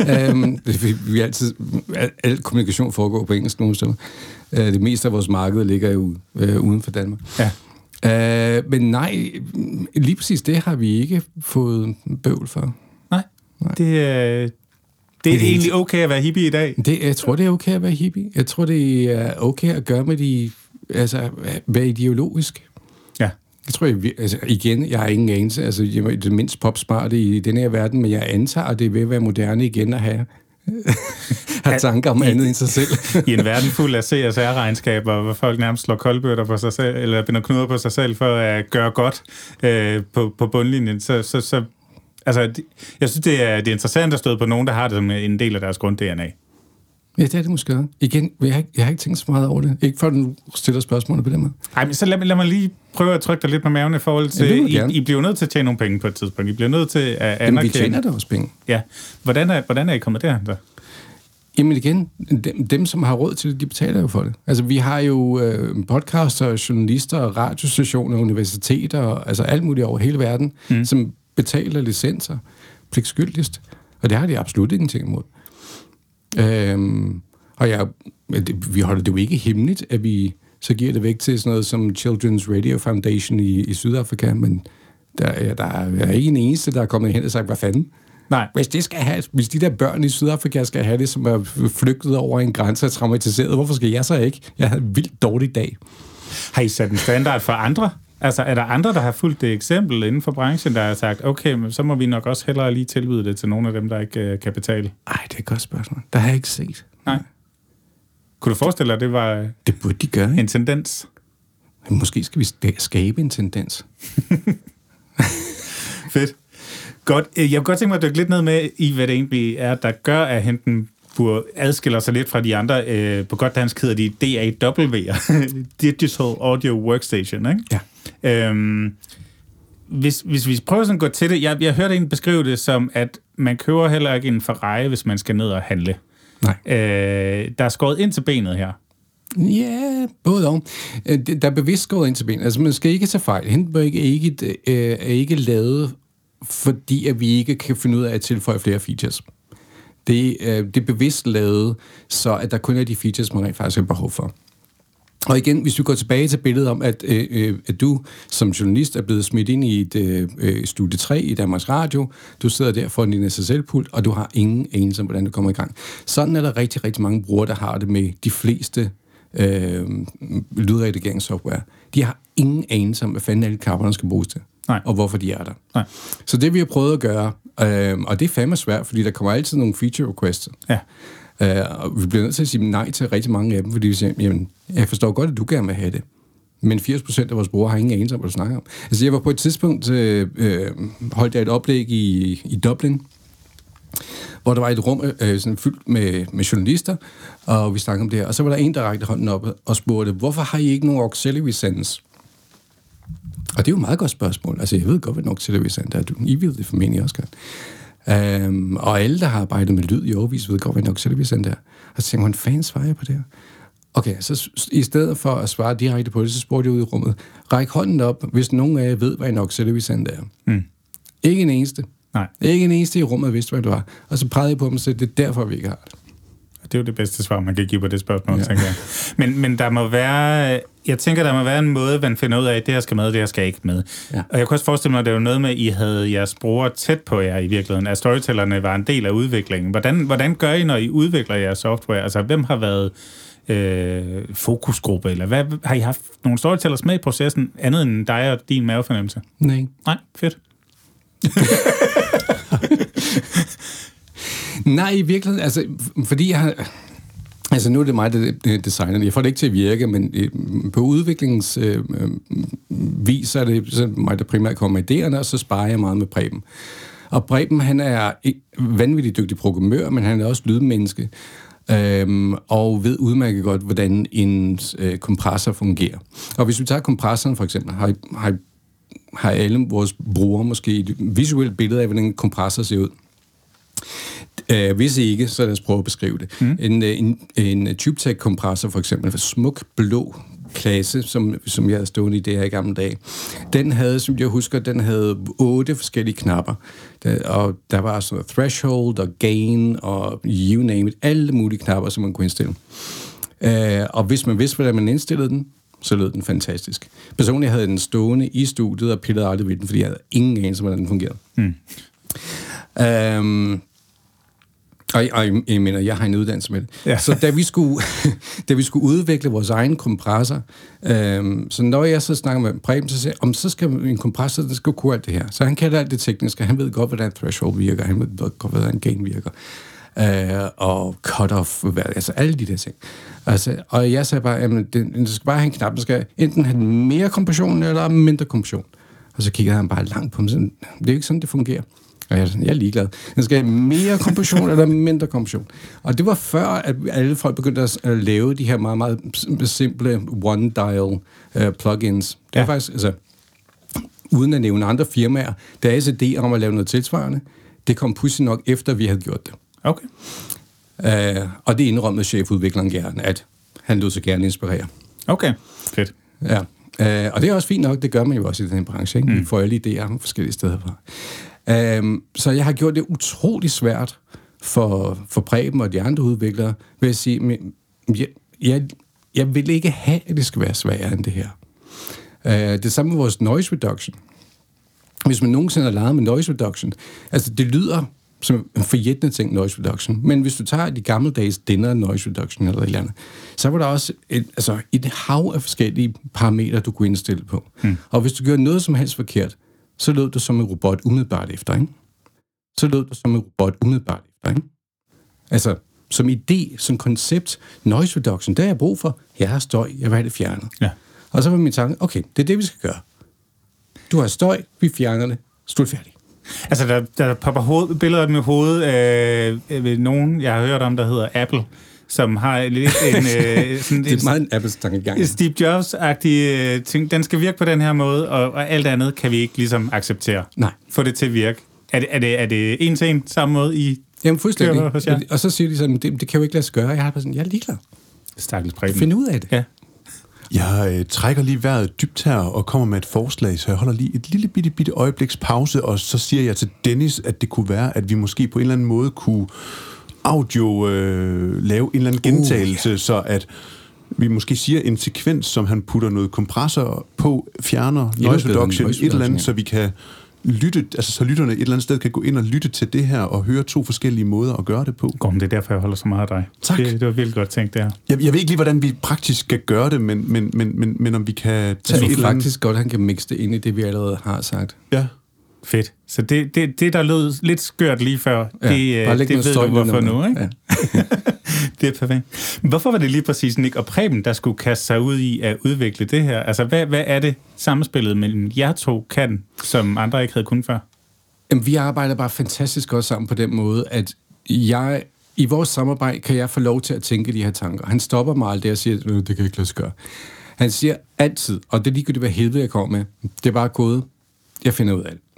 Vi altid, al kommunikation foregår på engelsk nogle steder. Det meste af vores marked ligger jo uden for Danmark. Ja. Men nej, lige præcis det har vi ikke fået bøvl for. Nej. Det er egentlig okay at være hippie i dag? Jeg tror, det er okay at være hippie. Jeg tror, det er okay at gøre med være ideologisk. Ja. Jeg tror, jeg har ingen anelse. Altså, jeg er det mindst popsmarte i denne her verden, men jeg antager, at det vil være moderne igen at have tanker om andet end sig selv. I en verden fuld af CSR-regnskaber, hvor folk nærmest slår koldbøtter på sig selv, eller binder knuder på sig selv for at gøre godt på bundlinjen, så altså, jeg synes, det er interessant at stå på nogen, der har det som en del af deres grund-DNA. Ja, det er det måske. Igen, jeg har ikke tænkt så meget over det. Ikke for, at du stiller spørgsmål på den måde. Nej, men så lad mig lige prøve at trykke dig lidt på maven i forhold til... I bliver nødt til at tjene nogle penge på et tidspunkt. I bliver nødt til at anerkende... Men vi tjener da også penge. Ja. Hvordan er I kommet derhen, så? Jamen igen, dem, som har råd til det, de betaler jo for det. Altså, vi har jo podcaster, journalister, radiostationer, universiteter, altså alt muligt over hele verden, som betaler licenser pligtskyldigst. Og det har de absolut ingenting imod. Vi holder det jo ikke hemmeligt, at vi så giver det væk til sådan noget som Children's Radio Foundation i Sydafrika, men der er ikke en eneste, der er kommet hen og sagt, hvad fanden? Nej. Hvis de der børn i Sydafrika skal have det, som er flygtet over en grænse og traumatiseret, hvorfor skal jeg så ikke? Jeg havde en vildt dårlig dag. Har I sat en standard for andre? Altså, er der andre, der har fulgt det eksempel inden for branchen, der har sagt, okay, men så må vi nok også hellere lige tilbyde det til nogle af dem, der ikke kan betale? Nej, det er et godt spørgsmål. Der har jeg ikke set. Nej. Kunne du forestille dig, at det var det burde de gøre, ikke? En tendens? Måske skal vi skabe en tendens. Fedt. Godt. Jeg kunne godt tænke mig at dykke lidt ned med i, hvad det egentlig er, der gør, at Hindenburg adskiller sig lidt fra de andre. På godt dansk hedder de DAW'er. Digital Audio Workstation, ikke? Ja. Hvis vi prøver sådan at gå til det, jeg hørte en beskrive det som, at man køber heller ikke en Ferrari, hvis man skal ned og handle. Nej. Der er skåret ind til benet her. Ja, både og. Der er bevidst skåret ind til benet. Altså, man skal ikke tage fejl. Hindenburg er ikke lavet, fordi at vi ikke kan finde ud af at tilføje flere features. Det er bevidst lavet, så at der kun er de features, man rent faktisk har behov for. Og igen, hvis vi går tilbage til billedet om, at du som journalist er blevet smidt ind i et studie 3 i Danmarks Radio, du sidder der foran din SSL-pult, og du har ingen anelse om, hvordan du kommer i gang. Sådan er der rigtig, rigtig mange brugere, der har det med de fleste lydredigeringssoftware. De har ingen anelse om, hvad fanden alle knapperne skal bruges til. Nej. Og hvorfor de er der. Nej. Så det vi har prøvet at gøre, og det er fandme svært, fordi der kommer altid nogle feature requests. Ja. Og vi bliver nødt til at sige nej til rigtig mange af dem, fordi vi siger, jamen, jeg forstår godt, at du gerne vil have det. Men 80% af vores brugere har ingen anelse om, hvad du snakker om. Altså, jeg var på et tidspunkt, holdt jeg et oplæg i Dublin, hvor der var et rum sådan fyldt med journalister, og vi snakkede om det her. Og så var der en, der rakte hånden op og spurgte, hvorfor har I ikke nogen auxiliary sends? Og det er jo et meget godt spørgsmål. Altså, jeg ved godt, hvad en auxiliary send er. I ved det formentlig også godt. Og alle, der har arbejdet med lyd i årevis, ved godt, hvad en auxiliary send er. Og så tænkte man, fanden svarer jeg på det her? Okay, så i stedet for at svare direkte på det, så spurgte jeg ud i rummet, ræk hånden op, hvis nogen af jer ved, hvad en auxiliary send er. Mm. Ikke en eneste. Nej. Ikke en eneste i rummet vidste, hvad det var. Og så pegede jeg på dem og sagde, det er derfor, vi ikke har det. Det er jo det bedste svar, man kan give på det spørgsmål, tænker jeg. Men der må være... Jeg tænker, der må være en måde, man finder ud af, at det her skal med, det her skal ikke med. Ja. Og jeg kunne også forestille mig, at det var noget med, at I havde jeres brugere tæt på jer i virkeligheden. At storytellerne var en del af udviklingen. Hvordan gør I, når I udvikler jeres software? Altså, hvem har været fokusgruppe? Eller hvad, har I haft nogle storytellers med i processen, andet end dig og din mavefornemmelse? Nej. Nej, fedt. Nej, i virkeligheden, altså, fordi jeg har... Altså, nu er det mig, der designer det. Jeg får det ikke til at virke, men på udviklingsvis så er det mig, der primært kommer med idéerne, og så sparer jeg meget med Preben. Og Preben, han er vanvittigt dygtig programmør, men han er også lydmenneske, og ved udmærket godt, hvordan en kompressor fungerer. Og hvis vi tager kompressoren for eksempel, har alle vores brugere måske et visuelt billede af, hvordan en kompressor ser ud. Hvis ikke, så lad os prøve at beskrive det. En TubeTech-kompressor for eksempel, en smuk blå klasse, som jeg havde stående i det her i gamle dage, den havde, som jeg husker, den havde 8 forskellige knapper. Og der var sådan noget threshold og gain og you name it, alle mulige knapper, som man kunne indstille. Og hvis man vidste, hvordan man indstillede den, så lød den fantastisk. Personligt havde jeg den stående i studiet og pillede aldrig ved den, fordi jeg havde ingen anelse, hvordan den fungerede. Jeg mener, jeg har en uddannelse med det. Ja. Så da vi skulle udvikle vores egen kompressor, så når jeg så snakker med Preben, så siger jeg, så skal en kompressor, der skal kunne alt det her. Så han kan alt det tekniske, han ved godt, hvordan threshold virker, han ved godt, hvordan gain virker, og cut-off, altså alle de der ting. Altså, og jeg sagde bare, jamen, det skal bare have en knap, der skal enten have mere kompression, eller mindre kompression. Og så kiggede han bare langt på mig, sådan, det er ikke sådan, det fungerer. Og jeg er ligeglad. Den skal have mere kompression eller mindre kompression. Og det var før, at alle folk begyndte at lave de her meget, meget simple one-dial plugins. Det var faktisk, altså, uden at nævne andre firmaer, der er idé om at lave noget tilsvarende. Det kom pludselig nok efter, vi havde gjort det. Okay. Og det indrømmede chefudvikleren gerne, at han lod sig gerne inspirere. Okay, fedt. Ja. Og det er også fint nok, det gør man jo også i den her branche. Ikke? Vi får alle idéer forskellige steder fra. Så jeg har gjort det utrolig svært for Preben og de andre udviklere, ved at sige, men jeg vil ikke have, at det skal være sværere end det her. Det samme med vores noise reduction. Hvis man nogensinde har leget med noise reduction, altså det lyder som en forjættende ting, noise reduction, men hvis du tager de gammeldags dinner noise reduction eller et eller andet, så var der også et hav af forskellige parametre, du kunne indstille på. Og hvis du gjorde noget som helst forkert, så lød du som en robot umiddelbart efter, ikke? Altså, som idé, som koncept, noise reduction, det har jeg brug for. Jeg har støj, jeg vil have det fjernet. Ja. Og så var min tanke, okay, det er det, vi skal gøre. Du har støj, vi fjerner det, slut færdig. Altså, der popper billeder med hovedet ved nogen, jeg har hørt om, der hedder Apple, som har lidt en... sådan det er meget en Apples-tankegang. Steve Jobs-agtig ting. Den skal virke på den her måde, og alt andet kan vi ikke ligesom acceptere. Nej. Få det til at virke. Er det en til en samme måde, I Jamen fuldstændig. Og så siger de sådan, det kan jo ikke lade sig gøre. Jeg har bare sådan, jeg er ligeglad. Stakkels Preben. Find ud af det. Ja. Jeg trækker lige vejret dybt her og kommer med et forslag, så jeg holder lige et lille bitte øjebliks pause, og så siger jeg til Dennis, at det kunne være, at vi måske på en eller anden måde kunne lave en eller anden gentagelse, så at vi måske siger en sekvens, som han putter noget kompressor på, fjerner noise reduction, et eller andet, så vi kan lytte, altså så lytterne et eller andet sted kan gå ind og lytte til det her og høre to forskellige måder at gøre det på. Det er derfor, jeg holder så meget af dig. Tak. Det var virkelig godt tænkt, det her. Jeg ved ikke lige, hvordan vi praktisk skal gøre det, men om vi kan tage et eller andet. Faktisk godt, han kan mixe det ind i det, vi allerede har sagt. Ja. Fedt. Så det der lød lidt skørt lige før, det ved du hvorfor nu, ikke? Ja. Det er perfekt. Hvorfor var det lige præcis Nick og Preben, der skulle kaste sig ud i at udvikle det her? Altså, hvad er det samspillet mellem jer to kan, som andre ikke havde kunnet før? Jamen, vi arbejder bare fantastisk godt sammen på den måde, at i vores samarbejde kan jeg få lov til at tænke de her tanker. Han stopper mig aldrig og siger, det kan ikke lade sig gøre. Han siger altid, og det er ligegyldigt, hvad helvede jeg kommer med, det er bare gået, jeg finder ud af det.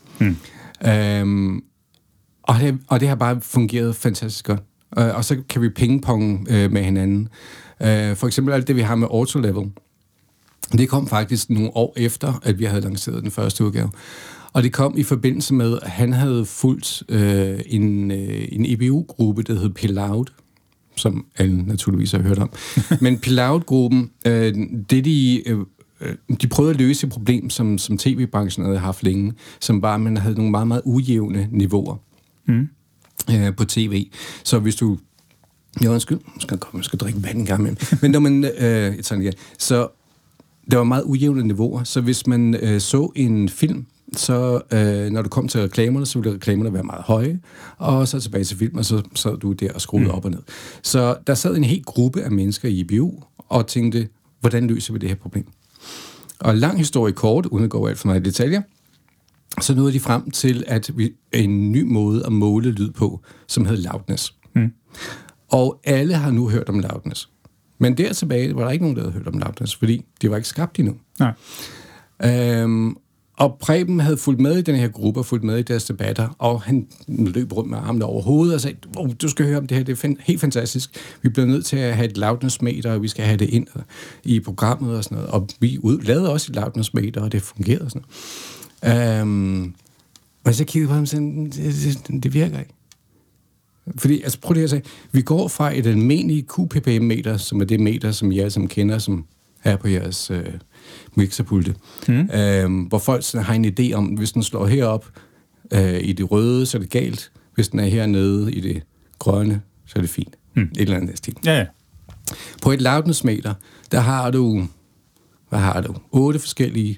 Og det har bare fungeret fantastisk godt. Og så kan vi pingpong med hinanden. For eksempel alt det, vi har med Autolevel. Det kom faktisk nogle år efter, at vi havde lanceret den første udgave. Og det kom i forbindelse med, at han havde fulgt en EBU-gruppe, der hed Piloud, som alle naturligvis har hørt om. Men Piloud-gruppen, de prøvede at løse et problem, som tv-branchen havde haft længe, som var, at man havde nogle meget, meget ujævne niveauer på tv. Så hvis du... undskyld, jeg skal drikke vand en gang imellem. Men når man... så der var meget ujævne niveauer, så hvis man så en film, så når du kom til reklamerne, så ville reklamerne være meget høje, og så tilbage til filmen, og så sad du der og skruede op og ned. Så der sad en hel gruppe af mennesker i IBU og tænkte, hvordan løser vi det her problem? Og lang historie kort, uden at gå alt for meget i detaljer, så nåede de frem til en ny måde at måle lyd på, som hed loudness. Og alle har nu hørt om loudness. Men der tilbage var der ikke nogen, der havde hørt om loudness, fordi det var ikke skabt endnu. Nej. Og Preben havde fulgt med i den her gruppe og fulgt med i deres debatter, og han løb rundt med armene over hovedet og sagde, du skal høre om det her, det er helt fantastisk. Vi bliver nødt til at have et loudness-meter, og vi skal have det ind i programmet og sådan noget. Og vi lavede også et loudness-meter, og det fungerede og sådan noget. Og så kiggede på ham og sagde, det virker ikke. Fordi, altså prøv lige at sige, vi går fra et almindeligt QPPM-meter, som er det meter, som I alle sammen kender, som er på jeres mixerpulte, hvor folk har en idé om, hvis den slår herop i det røde, så er det galt. Hvis den er hernede i det grønne, så er det fint. Et eller andet stil. Ja. På et loudness-meter, der har du, 8 forskellige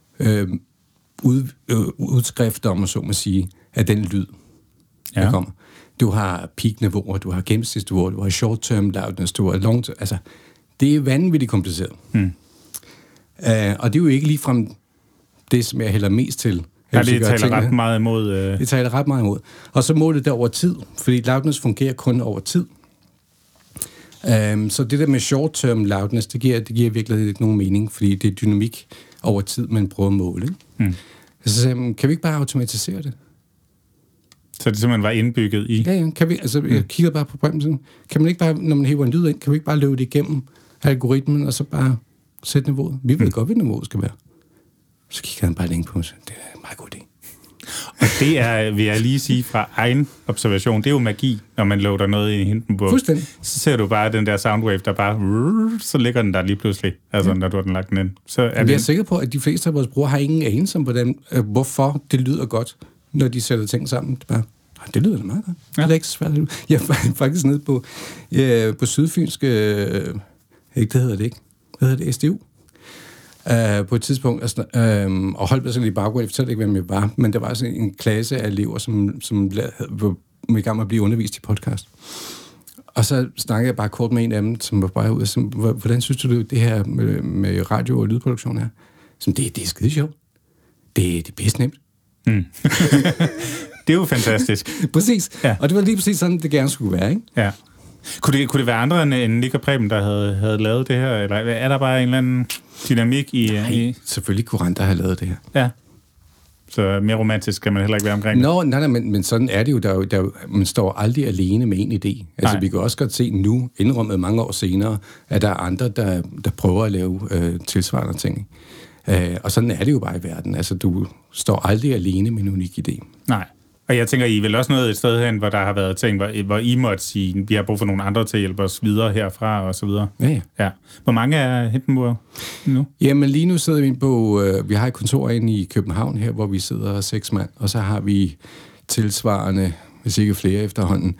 udskrifter, om man så må sige, af den lyd, der kommer. Du har peak-niveauer, du har gennemsnitsniveauer, du har short-term loudness, du har long-term, altså, det er vanvittigt kompliceret. Og det er jo ikke ligefrem det, som jeg hælder mest til. Ja, det taler ret meget imod. Det taler ret meget imod. Og så målet det over tid, fordi loudness fungerer kun over tid. Så det der med short-term loudness, det giver virkelig ikke nogen mening, fordi det er dynamik over tid, man prøver at måle. Så kan vi ikke bare automatisere det? Så det simpelthen var indbygget i? Ja, kan vi, altså jeg kigger bare på bremsen. Kan man ikke bare, når man hæver en lyd ind, kan vi ikke bare løbe det igennem algoritmen, og så bare sætte niveauet? Vi ved godt, hvad niveauet skal være. Så kigger han bare længe på os. Det er en meget god idé. Og det er, vil jeg lige sige fra egen observation, det er jo magi, når man loader noget i Hindenburg. Fuldstændig. Så ser du bare den der soundwave, der bare, så ligger den der lige pludselig, altså når du har den lagt den ind. Så er jeg er sikker på, at de fleste af vores brugere har ingen anelse om, hvorfor det lyder godt, når de sætter ting sammen. Det, bare, det lyder da meget godt. Ja. Det er ikke så svært. Jeg er faktisk nede på Sydfynske, det hedder det ikke. Hvad hedder det? SDU. På et tidspunkt, og holdt mig sådan i baggrunden, jeg fortalte ikke, hvem jeg var, men der var sådan en klasse af elever, som var i gang med at blive undervist i podcast. Og så snakkede jeg bare kort med en af dem, som var bare ud og sagde, hvordan synes du det her med radio- og lydproduktion her? Som det er skide sjovt. Det er bedst nemt. Det er jo fantastisk. Præcis. Ja. Og det var lige præcis sådan, det gerne skulle være, ikke? Ja. Kunne det være andre end Nick og Preben, der havde lavet det her? Eller er der bare en eller anden dynamik i... Nej, selvfølgelig kunne andre have lavet det her. Ja. Så mere romantisk skal man heller ikke være omkring det. Nej, men sådan er det jo. Man står aldrig alene med en idé. Altså, vi kan også godt se nu, indrømmet mange år senere, at der er andre, der prøver at lave tilsvarende ting. Og sådan er det jo bare i verden. Altså, du står aldrig alene med en unik idé. Nej. Og jeg tænker, I er vel også noget et sted hen, hvor der har været ting, hvor I måtte sige, vi har brug for nogle andre til at hjælpe os videre herfra, og så videre. Ja. Hvor mange er Hindenburg nu? Jamen lige nu sidder vi på, vi har et kontor inde i København her, hvor vi sidder 6 mand, og så har vi tilsvarende, hvis ikke flere efterhånden,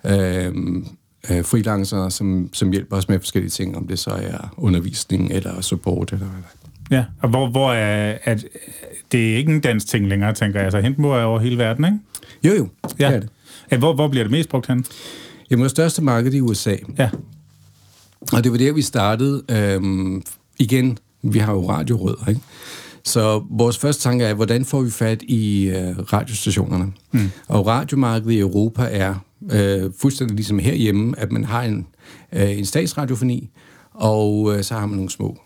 freelancere, som hjælper os med forskellige ting, om det så er undervisning eller support eller hvad. Ja, og hvor er det er ikke en dansk ting længere, tænker jeg. Altså, Hindenburg er over hele verden, ikke? Jo, ja. Det er det. Hvor bliver det mest brugt hen? Jamen, vores største marked i USA. Ja. Og det var der, vi startede. Igen, vi har jo radiorødder, ikke? Så vores første tanke er, hvordan får vi fat i radiostationerne? Og radiomarkedet i Europa er fuldstændig ligesom herhjemme, at man har en statsradiofoni, og så har man nogle små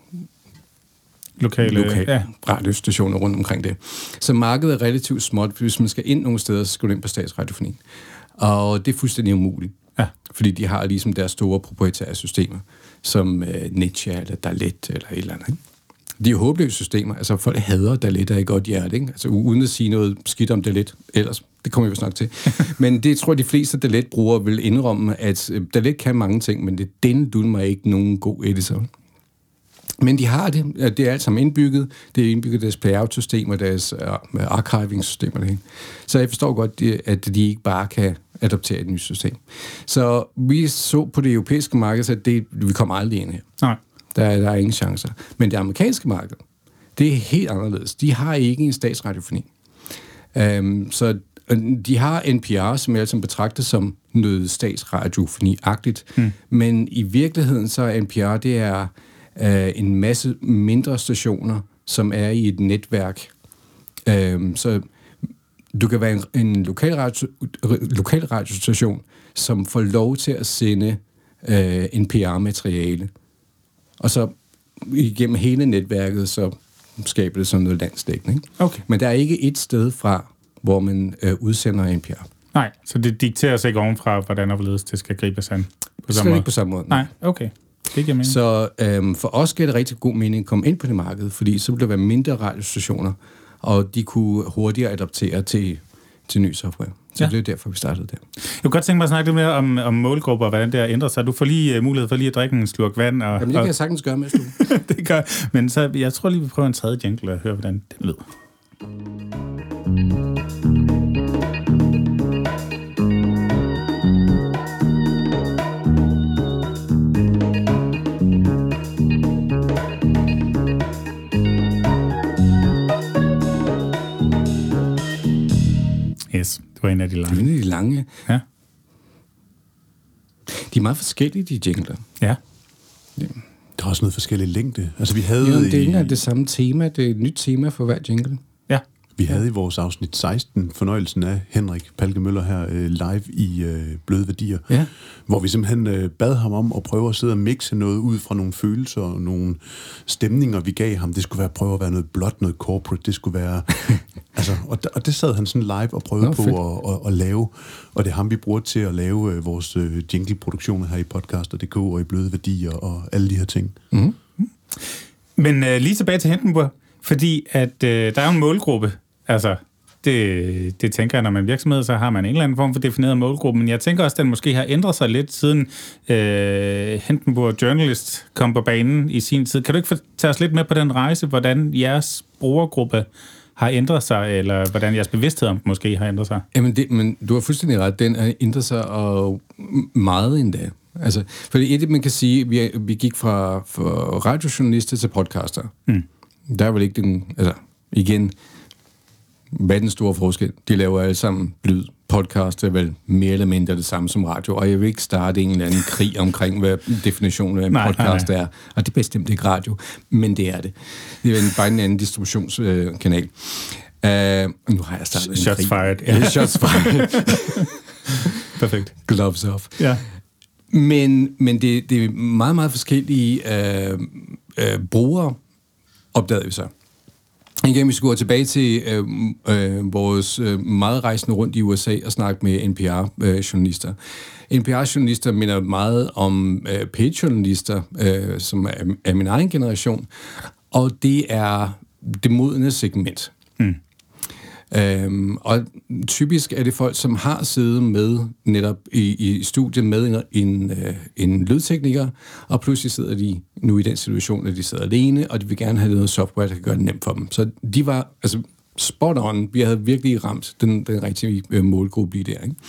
lokale radiostationer rundt omkring det. Så markedet er relativt småt. Hvis man skal ind nogle steder, så skal du ind på statsradiofonien. Og det er fuldstændig umuligt. Ja. Fordi de har ligesom deres store proprietære systemer, som Netsja eller Dalet eller et eller andet. Ikke? De er håbløse systemer. Altså folk hader Dalet af et godt hjerte. Ikke? Altså uden at sige noget skidt om Dalet ellers. Det kommer vi jo snart til. Men det tror jeg, de fleste Dalet-brugere vil indrømme, at Dalet kan mange ting, men det mig ikke nogen god editor. Men de har det. Det er alt sammen indbygget. Det er indbygget deres playout-system og deres archiving-systemer. Det. Så jeg forstår godt, at de ikke bare kan adoptere et nyt system. Så vi så på det europæiske marked, at vi kommer aldrig ind her. Nej. Der er ingen chancer. Men det amerikanske marked, det er helt anderledes. De har ikke en statsradiofoni. Så de har NPR, som jeg altså betragter som noget statsradiofoni-agtigt. Men i virkeligheden så er NPR, det er en masse mindre stationer, som er i et netværk. Så du kan være en lokal radiostation, som får lov til at sende NPR-materiale. Og så igennem hele netværket, så skaber det sådan noget landsdækkende. Ikke? Okay. Men der er ikke et sted fra, hvor man udsender NPR. Nej, så det dikterer sig ikke ovenfra, hvordan overledes det skal gribes an på samme måde? Ikke på samme måde. Nej, okay. Det giver mening. Så for os gav det rigtig god mening at komme ind på det marked, fordi så ville der være mindre radiostationer, og de kunne hurtigere adaptere til ny software. Så det er derfor, vi startede der. Jeg kunne godt tænke mig at snakke lidt mere om målgrupper, og hvordan det har ændret sig. Du får lige mulighed for lige at drikke en slurk vand. Jamen, det kan jeg sagtens gøre med, det gør. Men så, jeg tror lige, vi prøver en tredje jingle og høre, hvordan den lød. Det var en af de lange. Det var en af de lange. Ja. De er meget forskellige, de jingler. Ja. Der er også noget forskellige længde. Altså, vi havde det er ikke engang det samme tema. Det er et nyt tema for hver jingle. Ja. Vi havde i vores afsnit 16 fornøjelsen af Henrik Palke-Møller her live i Bløde Værdier, hvor vi simpelthen bad ham om at prøve at sidde og mixe noget ud fra nogle følelser og nogle stemninger, vi gav ham. Det skulle være prøve at være noget blot, noget corporate. Det skulle være... altså, og det sad han sådan live og prøvede på at lave. Og det er ham, vi bruger til at lave vores jingle-produktioner her i Podcaster.dk og i Bløde Værdier og alle de her ting. Mm-hmm. Men lige tilbage til Hindenburg, fordi at der er jo en målgruppe. Altså, det tænker jeg, når man er virksomhed, så har man en eller anden form for defineret målgruppe, men jeg tænker også, at den måske har ændret sig lidt, siden Hindenburg Journalist kom på banen i sin tid. Kan du ikke tage os lidt med på den rejse, hvordan jeres brugergruppe har ændret sig, eller hvordan jeres bevidsthed om måske har ændret sig? Men du har fuldstændig ret, den har ændret sig og meget endda. Altså, for det man kan sige, vi gik fra radiojournalister til podcaster. Der er vel ikke den, altså igen, hvad er den store forskel? De laver alle sammen lyd. Podcast er vel mere eller mindre det samme som radio, og jeg vil ikke starte en eller anden krig omkring, hvad definitionen af en podcast er. Og det er bestemt ikke radio, men det er det. Det er bare en anden distributionskanal. Nu har jeg startet Shots fired. Ja, shots fired. Perfekt. Gloves off. Ja. Men det er meget, meget forskellige brugere, opdagede vi så. Igen, vi skulle gå tilbage til vores meget rejsende rundt i USA og snakke med NPR-journalister. NPR-journalister minder meget om paid-journalister, som er min egen generation, og det er det modne segment. Og typisk er det folk, som har siddet med netop i studiet med en lydtekniker, og pludselig sidder de nu i den situation, at de sidder alene, og de vil gerne have noget software, der kan gøre det nemt for dem. Så de var altså spot on. Vi havde virkelig ramt den rigtige målgruppe i der, ikke?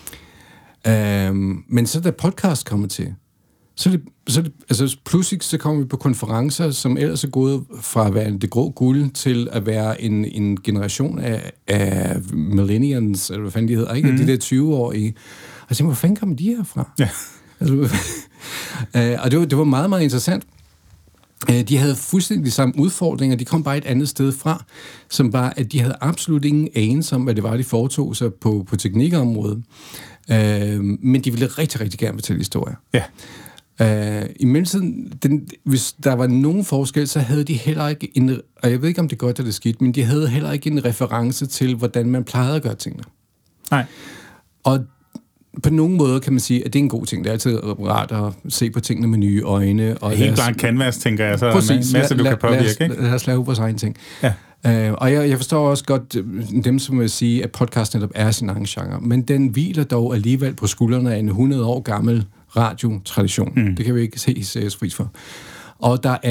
Men så da podcast kommer til, så altså pludselig så kommer vi på konferencer, som ellers er gået fra at være det grå guld til at være en generation af millennials, eller hvad fanden de hedder, ikke? De der 20-årige. Og jeg tænkte, hvor fanden kommer de herfra? Ja. Altså, og det var meget, meget interessant. De havde fuldstændig de samme udfordringer, de kom bare et andet sted fra, som var, at de havde absolut ingen anelse om, hvad det var, de foretog sig på teknikområdet. Men de ville rigtig, rigtig gerne fortælle historier. Ja. I mellemtiden, hvis der var nogen forskel, så havde de heller ikke og jeg ved ikke, om det er godt eller skidt, men de havde heller ikke en reference til, hvordan man plejede at gøre tingene. Nej. Og på nogen måde kan man sige, at det er en god ting. Det er altid rart at se på tingene med nye øjne. Og helt bare en canvas, tænker jeg, så er der en masse, du kan påvirke. Lad os lave vores egen ting. Ja. Og jeg forstår også godt dem, som vil sige, at podcast netop er sin egen genre, men den hviler dog alligevel på skuldrene af en 100 år gammel radiotradition. Det kan vi ikke ses fri for. Og der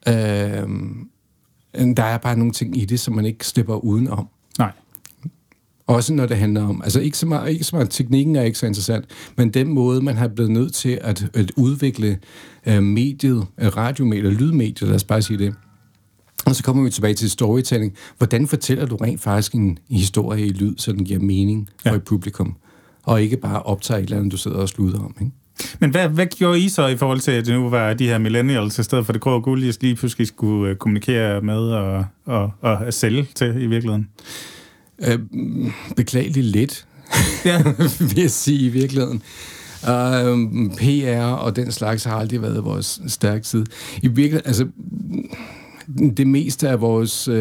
er bare nogle ting i det, som man ikke slipper udenom. Nej. Også når det handler om, altså ikke så meget teknikken er ikke så interessant, men den måde, man har blevet nødt til at udvikle mediet, radiomediet, lydmediet, lad os bare sige det. Og så kommer vi tilbage til storytelling. Hvordan fortæller du rent faktisk en historie i lyd, så den giver mening for et publikum? Og ikke bare optager et eller andet, du sidder og sluder om, ikke? Men hvad gjorde I så i forhold til, at det nu var de her millennials, i stedet for det grå guld, I lige pludselig skulle kommunikere med og sælge til i virkeligheden? Beklageligt lidt, vil jeg sige i virkeligheden. PR og den slags har aldrig været vores stærke side. I virkeligheden, altså det meste af vores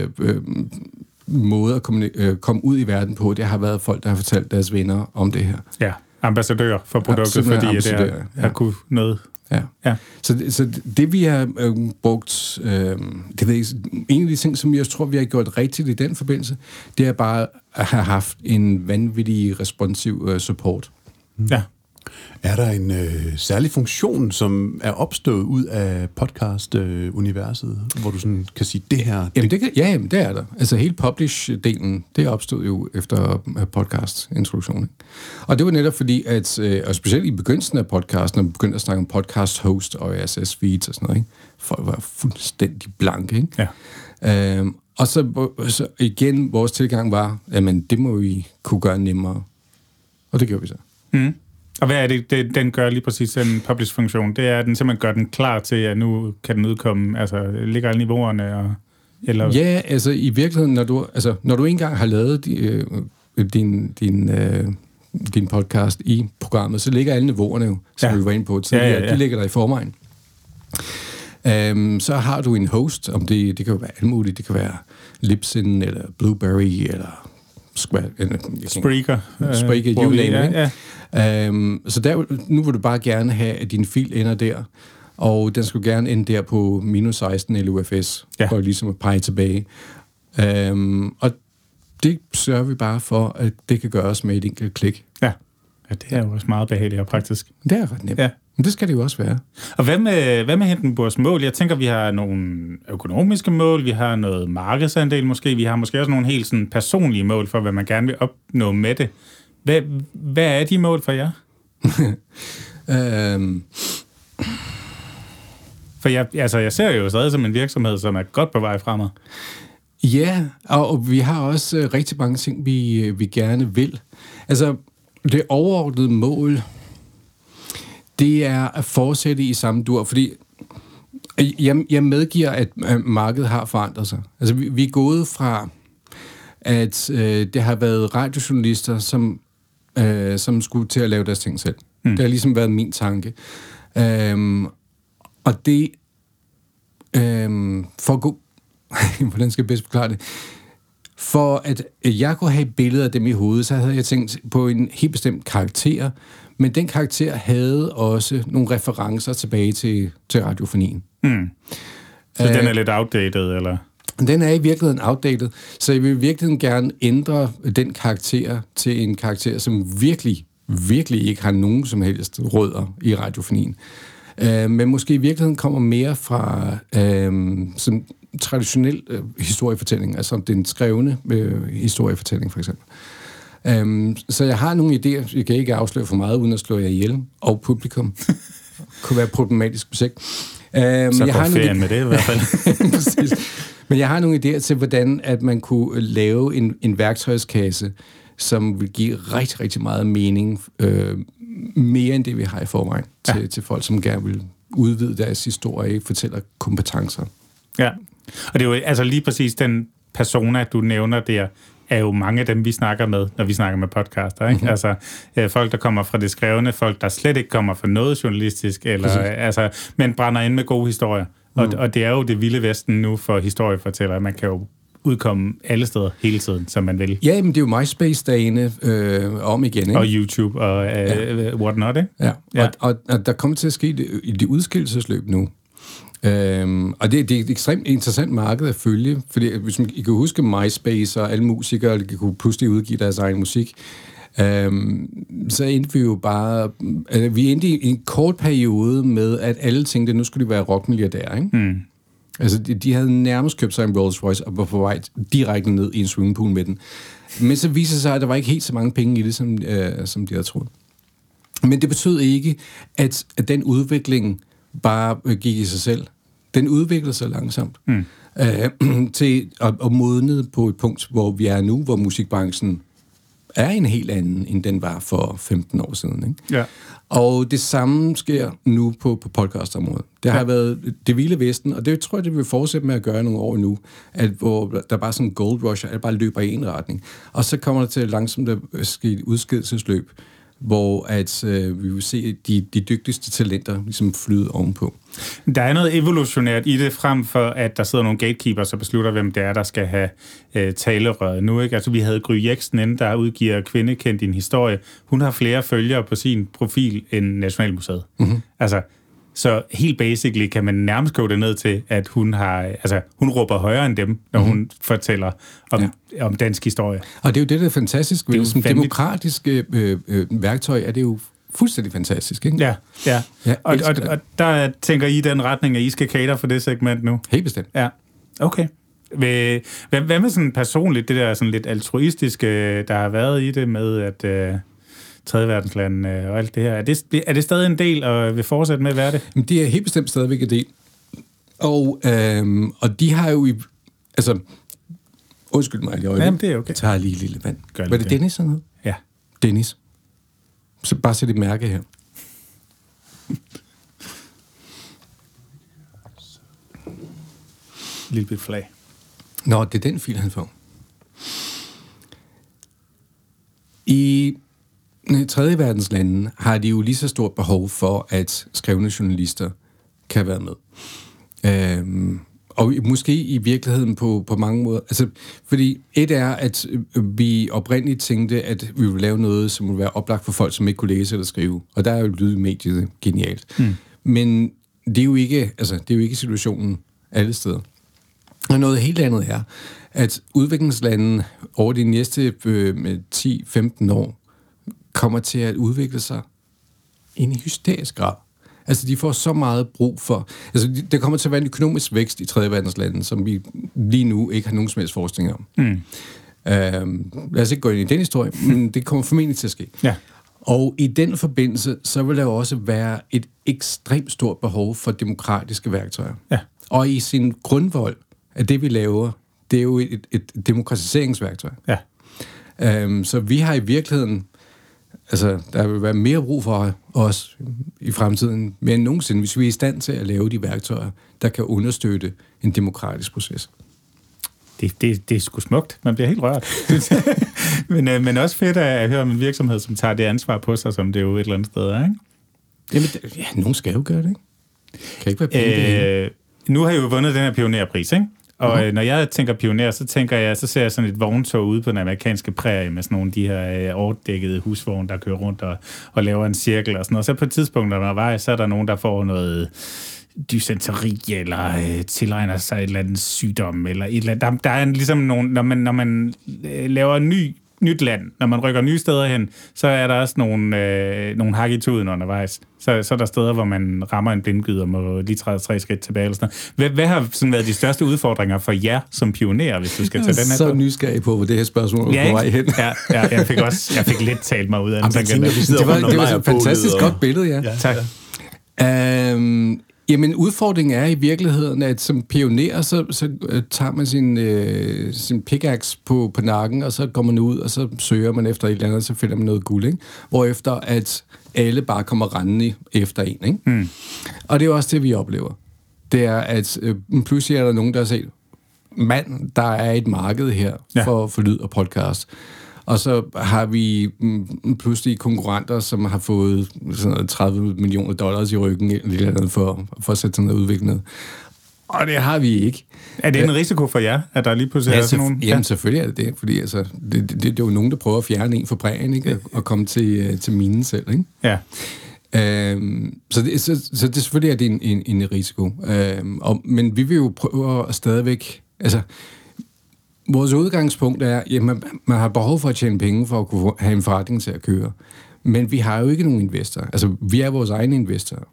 måde at komme ud i verden på, det har været folk, der har fortalt deres venner om det her. Ja, ambassadører for produktet, fordi det har kunnet noget. Ja. Så det vi har brugt, det ved jeg, en af de ting, som jeg tror, vi har gjort rigtigt i den forbindelse, det er bare at have haft en vanvittig responsiv support. Ja. Er der en særlig funktion, som er opstået ud af podcast-universet, hvor du sådan kan sige, det her... Jamen, det er der. Altså hele publish-delen, det opstod jo efter podcast-introduktionen. Og det var netop fordi, at, og specielt i begyndelsen af podcasten, når vi begyndte at snakke om podcast-host og RSS-feeds og sådan noget, ikke? Folk var fuldstændig blanke, ikke? Ja. Og så igen, vores tilgang var, jamen det må vi kunne gøre nemmere. Og det gjorde vi så. Mm. Og hvad er det, den gør lige præcis, den publish-funktion? Det er, at den simpelthen gør den klar til, at nu kan den udkomme, altså ligger alle niveauerne og... Eller... Ja, altså i virkeligheden, når du engang har lavet din podcast i programmet, så ligger alle niveauerne jo, som vi var inde på tidligere, de ligger der i forvejen. Så har du en host, om det kan jo være alt muligt, det kan være Libsyn, eller Blueberry, eller Spreaker, you name it. Så nu vil du bare gerne have, at din fil ender der, og den skulle gerne ende der på -16 LUFS, for ligesom at pege tilbage. Og det sørger vi bare for, at det kan gøres med et enkelt klik. Ja, det er jo også meget behageligt og praktisk. Det er ret nemt. Ja. Men det skal det jo også være. Og hvad med Hindenburgs mål? Jeg tænker, vi har nogle økonomiske mål, vi har noget markedsandel måske, vi har måske også nogle helt sådan personlige mål for, hvad man gerne vil opnå med det. Hvad er de mål for jer? For jeg ser jo stadig som en virksomhed, som er godt på vej fremad. Ja, og vi har også rigtig mange ting, vi gerne vil. Altså, det overordnede mål, det er at fortsætte i samme dur, fordi jeg medgiver, at markedet har forandret sig. Altså, vi er gået fra, at det har været radiojournalister, som skulle til at lave deres ting selv. Det har ligesom været min tanke. Og det, for at gå, hvordan skal jeg bedst forklare det? For at jeg kunne have billeder af dem i hovedet, så havde jeg tænkt på en helt bestemt karakter, men den karakter havde også nogle referencer tilbage til radiofonien. Så den er lidt outdated, eller? Den er i virkeligheden outdated, så jeg vil virkelig gerne ændre den karakter til en karakter, som virkelig, virkelig ikke har nogen som helst rødder i radiofonien. Men måske i virkeligheden kommer mere fra som traditionel historiefortælling, altså den skrevne historiefortælling for eksempel. Så jeg har nogle idéer, jeg kan ikke afsløre for meget, uden at slå jer ihjel, og publikum. Kunne være problematisk på sigt. Så jeg har ferien med det i hvert fald. Præcis. Men jeg har nogle idéer til, hvordan at man kunne lave en værktøjskasse, som vil give rigtig, rigtig meget mening, mere end det, vi har i forvejen, til folk, som gerne vil udvide deres historie, fortæller kompetencer. Ja, og det er jo altså lige præcis den persona, du nævner der, er jo mange af dem, vi snakker med, når vi snakker med podcaster, ikke? Altså, folk, der kommer fra det skrevne, folk, der slet ikke kommer fra noget journalistisk, eller, men brænder ind med gode historier. Og det er jo det vilde vesten nu for historiefortællere. Man kan jo udkomme alle steder hele tiden, som man vil. Ja, men det er jo MySpace-dagene om igen, ikke? Og YouTube og whatnot, ikke? Ja. Og der kommer til at ske det udskillelsesløb nu. Og det er et ekstremt interessant marked at følge, fordi hvis I kan huske MySpace og alle musikere, der kunne pludselig udgive deres egen musik, så endte vi jo bare... vi endte i en kort periode med, at alle tænkte, at nu skulle de være rockmilliardærer, ikke? Altså, de havde nærmest købt sig en Rolls Royce og var på vej direkte ned i en swimmingpool med den. Men så viser sig, at der var ikke helt så mange penge i det, som de havde troet. Men det betød ikke, at den udvikling bare gik i sig selv. Den udviklede sig langsomt til at modne på et punkt, hvor vi er nu, hvor musikbranchen er en helt anden, end den var for 15 år siden. Ikke? Ja. Og det samme sker nu på podcastområdet. Det har været det vilde vesten, og det tror jeg, det vil fortsætte med at gøre nogle år nu, hvor der bare sådan en gold rush, at bare løber i en retning. Og så kommer der til langsomt at ske et udskillelsesløb, hvor vi vil se de dygtigste talenter ligesom flyde ovenpå. Der er noget evolutionært i det, frem for at der sidder nogle gatekeepers og beslutter, hvem det er, der skal have talerøret nu. Ikke? Altså, vi havde Gry Jeksen inde, der udgiver Kvindekendt din historie. Hun har flere følgere på sin profil end Nationalmuseet. Mm-hmm. Altså, så helt basically kan man nærmest gå det ned til, at hun råber højere end dem, når hun fortæller om dansk historie. Og det er jo det, der er fantastisk ved det. Som demokratiske værktøj er det jo fuldstændig fantastisk, ikke? Ja. Og der tænker I den retning, at I skal cater for det segment nu? Helt bestemt. Ja, okay. Hvad med sådan personligt, det der sådan lidt altruistiske, der har været i det med, at... tredje verdensland og alt det her. Er det stadig en del, og vil fortsætte med at være det? Det er helt bestemt stadigvæk en del. Og de har jo... Undskyld mig, jeg Jamen, det er okay. tager lige et lille vand. Gør Var det Dennis sådan noget? Ja. Dennis. Så bare sæt et mærke her. Lille bit flag. Nå, det er den fil, han får. I 3. verdens lande har de jo lige så stort behov for, at skrevne journalister kan være med. Og måske i virkeligheden på mange måder. Altså, fordi et er, at vi oprindeligt tænkte, at vi ville lave noget, som ville være oplagt for folk, som ikke kunne læse eller skrive. Og der er jo lydmediet genialt. Men det er jo ikke situationen alle steder. Og noget helt andet er, at udviklingslandene over de næste 10-15 år kommer til at udvikle sig i en hysterisk grad. Altså, de får så meget brug for... Altså, der kommer til at være en økonomisk vækst i 3. verdens lande, som vi lige nu ikke har nogen som helst forskning om. Lad os ikke gå ind i den historie, men det kommer formentlig til at ske. Ja. Og i den forbindelse, så vil der jo også være et ekstremt stort behov for demokratiske værktøjer. Ja. Og i sin grundvold af det, vi laver, det er jo et demokratiseringsværktøj. Ja. Så vi har i virkeligheden... Altså, der vil være mere brug for os i fremtiden, mere end nogensinde, hvis vi er i stand til at lave de værktøjer, der kan understøtte en demokratisk proces. Det er sgu smukt. Man bliver helt rørt. men også fedt at høre om en virksomhed, som tager det ansvar på sig, som det jo et eller andet sted er, ikke? Jamen, ja, nogen skal jo gøre det, ikke? Kan ikke være penge nu har jeg jo vundet den her pionerpris, ikke? Og når jeg tænker pioner, så ser jeg sådan et vogntog ude på den amerikanske prærie med sådan nogle af de her overdækkede husvogne, der kører rundt og laver en cirkel og sådan noget. Så på et tidspunkt, når der er vej, så er der nogen, der får noget dysenteri, eller tilegner sig et eller andet sygdom, eller et eller andet. Der er ligesom nogen, når man laver nyt land, når man rykker nye steder hen, så er der også nogle hak i tuden undervejs. Så er der steder, hvor man rammer en blindgyde og må lige træde 3 skridt tilbage. Eller sådan. Hvad har sådan været de største udfordringer for jer som pionerer, hvis du skal tage den her? Så nysgerrig på, hvor det her spørgsmål er på vej hen. Ja, jeg fik lidt talt mig ud af den. Det var et fantastisk godt billede, ja. Tak. Jamen, udfordringen er i virkeligheden, at som pioner, så tager man sin pickaxe på nakken, og så går man ud, og så søger man efter et eller andet, og så finder man noget guld, ikke? Hvorefter at alle bare kommer rendende efter en, ikke? Og det er også det, vi oplever. Det er, at pludselig er der nogen, der har set, mand, der er et marked her for lyd og podcast. Og så har vi pludselig konkurrenter, som har fået sådan $30 million i ryggen eller andet for at sætte sådan noget udviklet. Og det har vi ikke. Er det en risiko for jer, at der lige pludselig er sådan nogen? Jamen, selvfølgelig er det, fordi altså, det er jo nogen, der prøver at fjerne en fra prægen, ikke? Og komme til minen selv, ikke? Ja. Så det selvfølgelig er det en risiko. Men vi vil jo prøve at stadigvæk... Altså, vores udgangspunkt er, at man har behov for at tjene penge for at kunne have en forretning til at køre. Men vi har jo ikke nogen investorer. Altså, vi er vores egne investorer.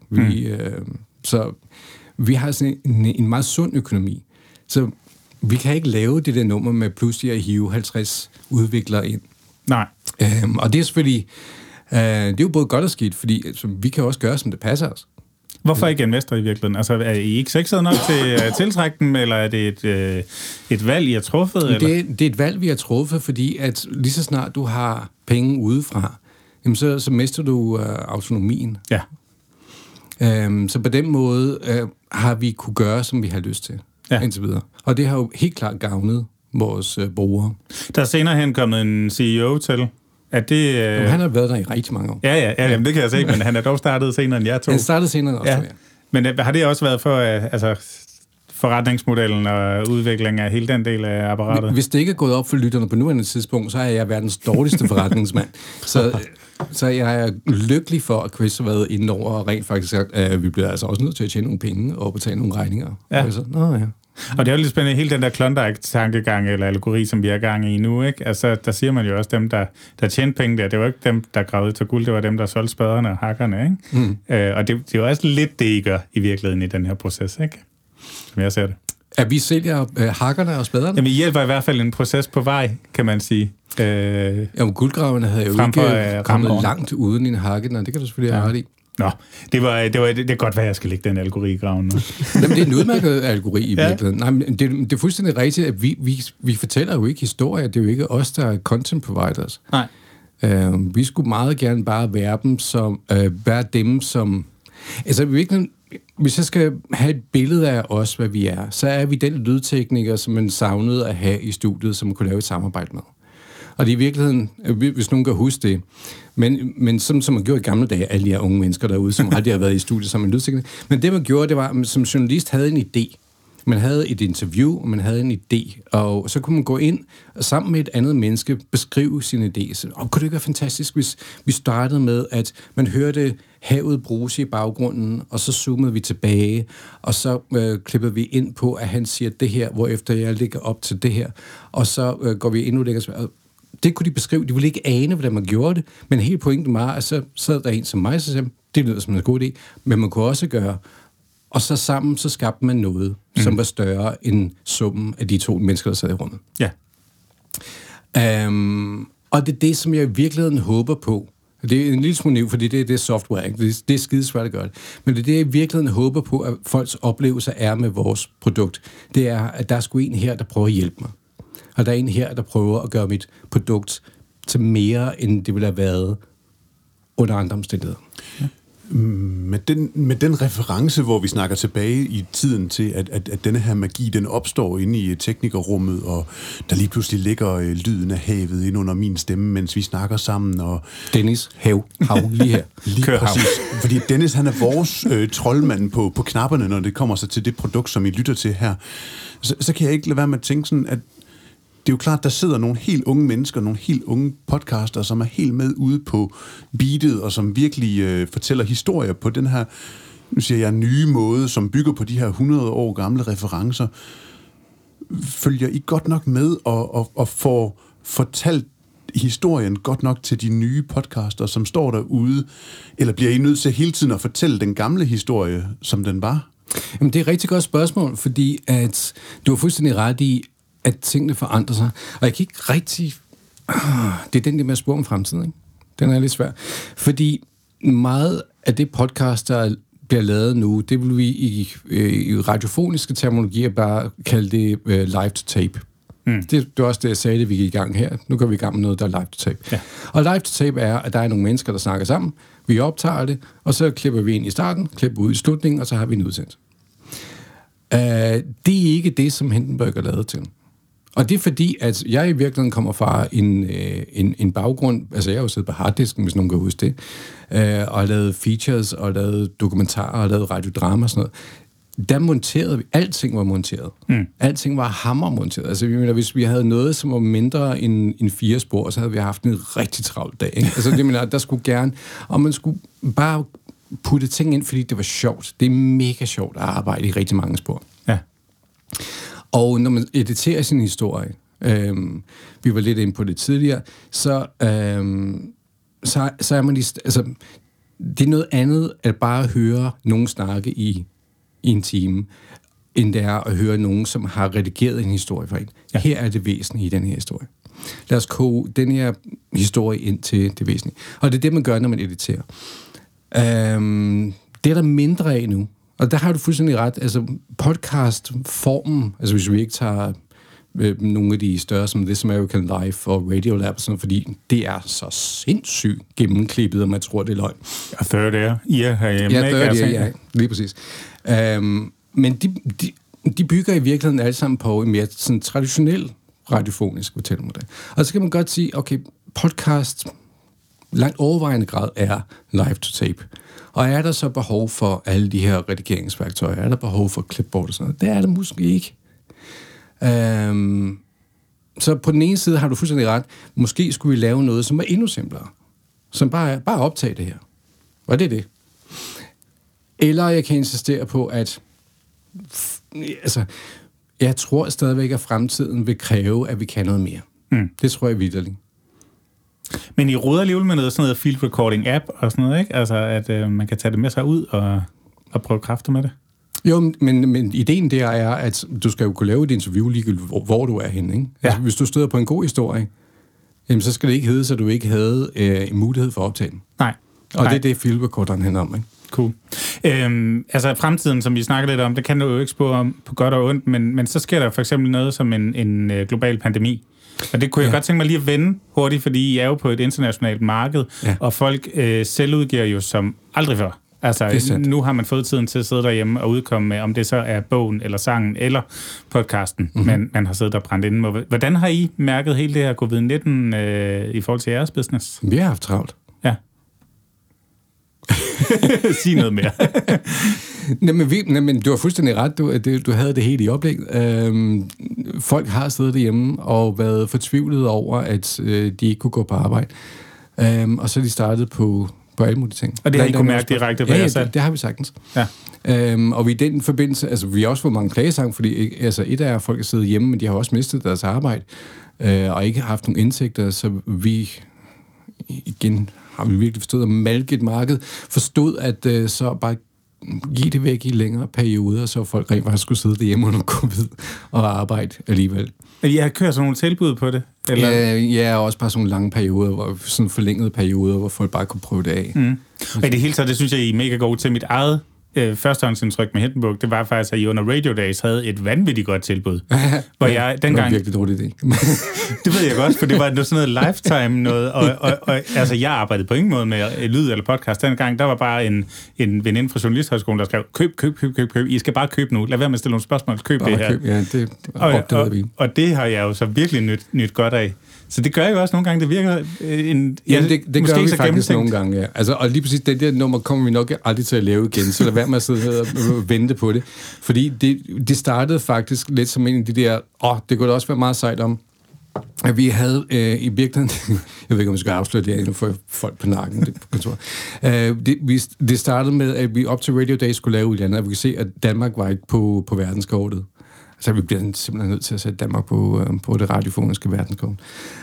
Så vi har sådan en meget sund økonomi. Så vi kan ikke lave det der nummer med pludselig at hive 50 udviklere ind. Nej. Og det er selvfølgelig... det er jo både godt og skidt, fordi altså, vi kan også gøre, som det passer os. Hvorfor ikke investor i virkeligheden? Altså, er I ikke sexede nok til at tiltrække dem, eller er det et valg, I har truffet? Eller? Det er et valg, vi har truffet, fordi at lige så snart du har penge udefra, jamen så mister du autonomien. Ja. Så på den måde har vi kunne gøre, som vi har lyst til, indtil videre. Og det har jo helt klart gavnet vores brugere. Der er senere hen kommet en CEO til. Jamen, han har været der i rigtig mange år. Ja. Jamen, det kan jeg se, men han er dog startet senere end jer to. Han startede senere også, ja. Men har det også været for forretningsmodellen og udvikling af hele den del af apparatet? Hvis det ikke er gået op for lytterne på nuværende tidspunkt, så er jeg verdens dårligste forretningsmand. Så jeg er lykkelig for, at Chris har været inde over og rent faktisk sagt, at vi bliver altså også nødt til at tjene nogle penge og betale nogle regninger. Ja. Og så, ja. Og det er jo lidt spændende, hele den der Klondike-tankegang eller allegori, som vi er gang i nu, ikke? Altså, der siger man jo også, dem, der tjente penge der, det var ikke dem, der gravede til guld, det var dem, der solgte spaderne og hakkerne, ikke? Og det er jo også lidt det, I gør i virkeligheden i den her proces, ikke? Som jeg ser det. At vi sælger hakkerne og spaderne? Jamen, I hjælper i hvert fald en proces på vej, kan man sige. Jamen, guldgraverne havde jo ikke kommet langt uden en hakke, det kan du selvfølgelig have ret i. Nå, det er godt, hvad jeg skal lægge den algori i graven nu. Jamen, det er en udmærket algori i virkeligheden. Nej, men det er fuldstændig rigtigt, at vi fortæller jo ikke historier. Det er jo ikke os, der er content providers. Nej. Vi skulle meget gerne bare være dem, som... Altså, hvis jeg skal have et billede af os, hvad vi er, så er vi den lydtekniker, som man savnede at have i studiet, som man kunne lave et samarbejde med. Og det er i virkeligheden, hvis nogen kan huske det, men som man gjorde i gamle dage, alle de her unge mennesker derude, som aldrig har været i studiet som en lydtekniker. Men det man gjorde, det var, at man som journalist havde en idé. Man havde et interview, og man havde en idé, og så kunne man gå ind og sammen med et andet menneske beskrive sin idé. Så, kunne det ikke være fantastisk, hvis vi startede med, at man hørte havet bruse i baggrunden, og så zoomede vi tilbage, og så klippede vi ind på, at han siger det her, hvorefter jeg ligger op til det her, og så går vi endnu længere. Det kunne de beskrive. De ville ikke ane, hvordan man gjorde det, men hele pointen var, at så sad der en som mig, så sagde, det lyder som en god idé, men man kunne også gøre. Og så sammen, så skabte man noget, som var større end summen af de to mennesker, der sad i rummet. Ja. Og det er det, som jeg i virkeligheden håber på. Det er en lille smule fordi det er software, ikke? Det er skidesvært at gøre det. Men det er det, jeg i virkeligheden håber på, at folks oplevelser er med vores produkt. Det er, at der er sgu en her, der prøver at hjælpe mig. Og der er en her, der prøver at gøre mit produkt til mere, end det ville have været under andre omstændigheder. Ja. Med den reference, hvor vi snakker tilbage i tiden til, at denne her magi, den opstår inde i teknikerrummet, og der lige pludselig ligger lyden af havet ind under min stemme, mens vi snakker sammen. Og Dennis, hav, lige her. Lige præcis. Fordi Dennis, han er vores troldmand på knapperne, når det kommer så til det produkt, som I lytter til her. Så kan jeg ikke lade være med at tænke sådan, at det er jo klart, der sidder nogle helt unge mennesker, nogle helt unge podcaster, som er helt med ude på beatet, og som virkelig fortæller historier på den her, nu siger jeg, nye måde, som bygger på de her 100 år gamle referencer. Følger I godt nok med og får fortalt historien godt nok til de nye podcaster, som står derude, eller bliver I nødt til hele tiden at fortælle den gamle historie, som den var? Jamen, det er et rigtig godt spørgsmål, fordi at du har fuldstændig ret i, at tingene forandrer sig. Og jeg kan ikke rigtig... Det er den der med at spore om fremtiden, ikke? Den er lidt svær. Fordi meget af det podcast, der bliver lavet nu, det vil vi i radiofoniske terminologier bare kalde det live to tape. Det var også det, jeg sagde, det vi gik i gang her. Nu går vi i gang med noget, der er live to tape. Ja. Og live to tape er, at der er nogle mennesker, der snakker sammen. Vi optager det, og så klipper vi ind i starten, klipper ud i slutningen, og så har vi en udsendelse. Det er ikke det, som Hindenburg er lavet til. Og det er fordi, at jeg i virkeligheden kommer fra en baggrund, altså jeg har jo siddet på harddisken, hvis nogen kan huske det, og har lavet features, og lavet dokumentarer, og lavet radiodrama og sådan noget. Der monterede vi, alting var monteret. Alting var hammermonteret. Altså hvis vi havde noget, som var mindre end 4 spor, så havde vi haft en rigtig travl dag. Ikke? Altså det mener, der skulle gerne, og man skulle bare putte ting ind, fordi det var sjovt. Det er mega sjovt at arbejde i rigtig mange spor. Ja. Og når man editerer sin historie, vi var lidt inde på det tidligere, så er man altså, det er noget andet at bare høre nogen snakke i en time, end det er at høre nogen, som har redigeret en historie for en. Ja. Her er det væsentlige i den her historie. Lad os koge den her historie ind til det væsentlige. Og det er det, man gør, når man editerer. Det er der mindre af nu. Og der har du fuldstændig ret. Altså podcast-formen, altså hvis vi ikke tager nogle af de større, som This American Life og Radiolab, sådan, fordi det er så sindssygt gennemklippet, og man tror, det er løgn. Ja, Third Air. Ja, lige præcis. Men de bygger i virkeligheden alle sammen på en mere sådan traditionel radiofonisk fortællemodel. Og så kan man godt sige, okay, podcast langt overvejende grad er live to tape. Og er der så behov for alle de her redigeringsværktøjer? Er der behov for clipboard og sådan noget? Det er der måske ikke. Så på den ene side har du fuldstændig ret. Måske skulle vi lave noget, som er endnu simplere. Som bare optage det her. Og det er det. Eller jeg kan insistere på, at jeg tror stadigvæk, at fremtiden vil kræve, at vi kan noget mere. Det tror jeg vitterligt. Men I råder alligevel med noget, sådan noget field recording app og sådan noget, ikke? Altså, at man kan tage det med sig ud og prøve kræfter med det. Jo, men ideen der er, at du skal jo kunne lave et interview ligegyldigt, hvor du er henne, ikke? Ja. Altså, hvis du støder på en god historie, jamen, så skal det ikke hedde, så du ikke havde en mulighed for at optage den. Nej. Og det er det, filmrekorderen handler om, ikke? Cool. Altså fremtiden, som vi snakker lidt om, det kan du jo ikke spå om på godt og ondt, men så sker der for eksempel noget som en global pandemi. Og det kunne jeg godt tænke mig lige at vende hurtigt, fordi I er jo på et internationalt marked, og folk selvudgiver jo som aldrig før. Altså, nu har man fået tiden til at sidde derhjemme og udkomme med, om det så er bogen, eller sangen, eller podcasten, man har siddet og brændt inden. Hvordan har I mærket hele det her covid-19 i forhold til jeres business? Vi har haft travlt. Ja. Sig noget mere. Men du har fuldstændig ret, du havde det helt i oplæg. Folk har siddet derhjemme og været fortvivlet over, at de ikke kunne gå på arbejde. Og så er de startet på alle mulige ting. Og det har I kunne mærke direkte på jer selv? Det har vi sagtens. Ja. Og vi i den forbindelse, altså vi har også fået mange klagesang, fordi altså, et af folk er siddet hjemme, men de har også mistet deres arbejde, og ikke haft nogen indtægter, så vi igen har vi virkelig forstået at malke et marked, forstod at så bare give det væk i længere perioder, så folk rent faktisk skulle sidde derhjemme under covid og arbejde alligevel. Jeg kører sådan nogle tilbud på det? Eller? Ja, også bare sådan lange perioder, sådan forlængede perioder, hvor folk bare kunne prøve det af. Og i det hele taget, det synes jeg, I er mega gode til. Mit eget førstehåndsindtryk med Hindenburg, det var faktisk, at I under Radio Days havde et vanvittigt godt tilbud. Hvor jeg dengang... Det var virkelig dårlig idé. Det ved jeg godt, for det var sådan noget lifetime noget, og altså, jeg arbejdede på ingen måde med lyd eller podcast dengang. Der var bare en veninde fra Journalisthøjskolen, der skrev, køb. I skal bare købe nu. Lad være med at stille nogle spørgsmål. Køb bare det her. Køb. Ja, det opdagede vi. Og det har jeg jo så virkelig nyt godt af. Så det gør jo også nogle gange, det virker det gør vi faktisk nogle gange, ja. Altså, og lige præcis det der nummer kommer vi nok aldrig til at lave igen, så lad være med at sidde her og vente på det. Fordi det startede faktisk lidt som en af de der, det kunne da også være meget sejt om, at vi havde i virkeligheden, jeg ved ikke, om vi skal afsløre det, nu får jeg folk på nakken det på kontoret. Det startede med, at vi op til Radio Day skulle lave udlandet, og vi kan se, at Danmark var ikke på verdenskortet. Så vi bliver simpelthen nødt til at sætte Danmark på det radiofoniske verdenskort.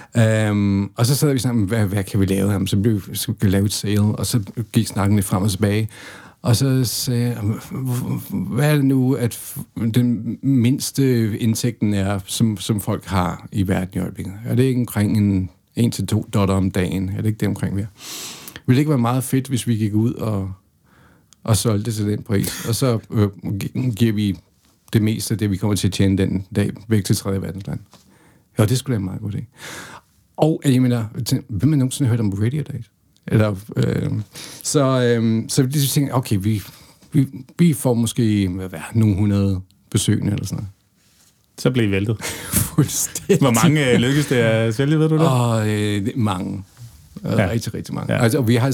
Og så sad vi sammen, hvad kan vi lave her? Så blev vi lave et sale, og så gik snakken lidt frem og tilbage. Og så sagde jeg, hvad er det nu, at den mindste indtægten er, som folk har i verden i øjeblikket? Er det ikke omkring $1-2 om dagen? Er det ikke det omkring mere? Ville det ikke være meget fedt, hvis vi gik ud og solgte det til den pris? Og så giver vi det meste af det, vi kommer til at tjene den dag, væk til 3. verdensland. Ja, det skulle da en meget god idé. Og jeg mener, hvem har nogensinde hørt om Radio Days? Eller, så de tænkte, okay, vi får måske nogle 100 besøgende eller sådan noget. Så blev I væltet. Fuldstændig. Hvor mange lykkedes det at sælge, ved du det? Mange. Ja. Rigtig mange. Ja. Altså, vi har,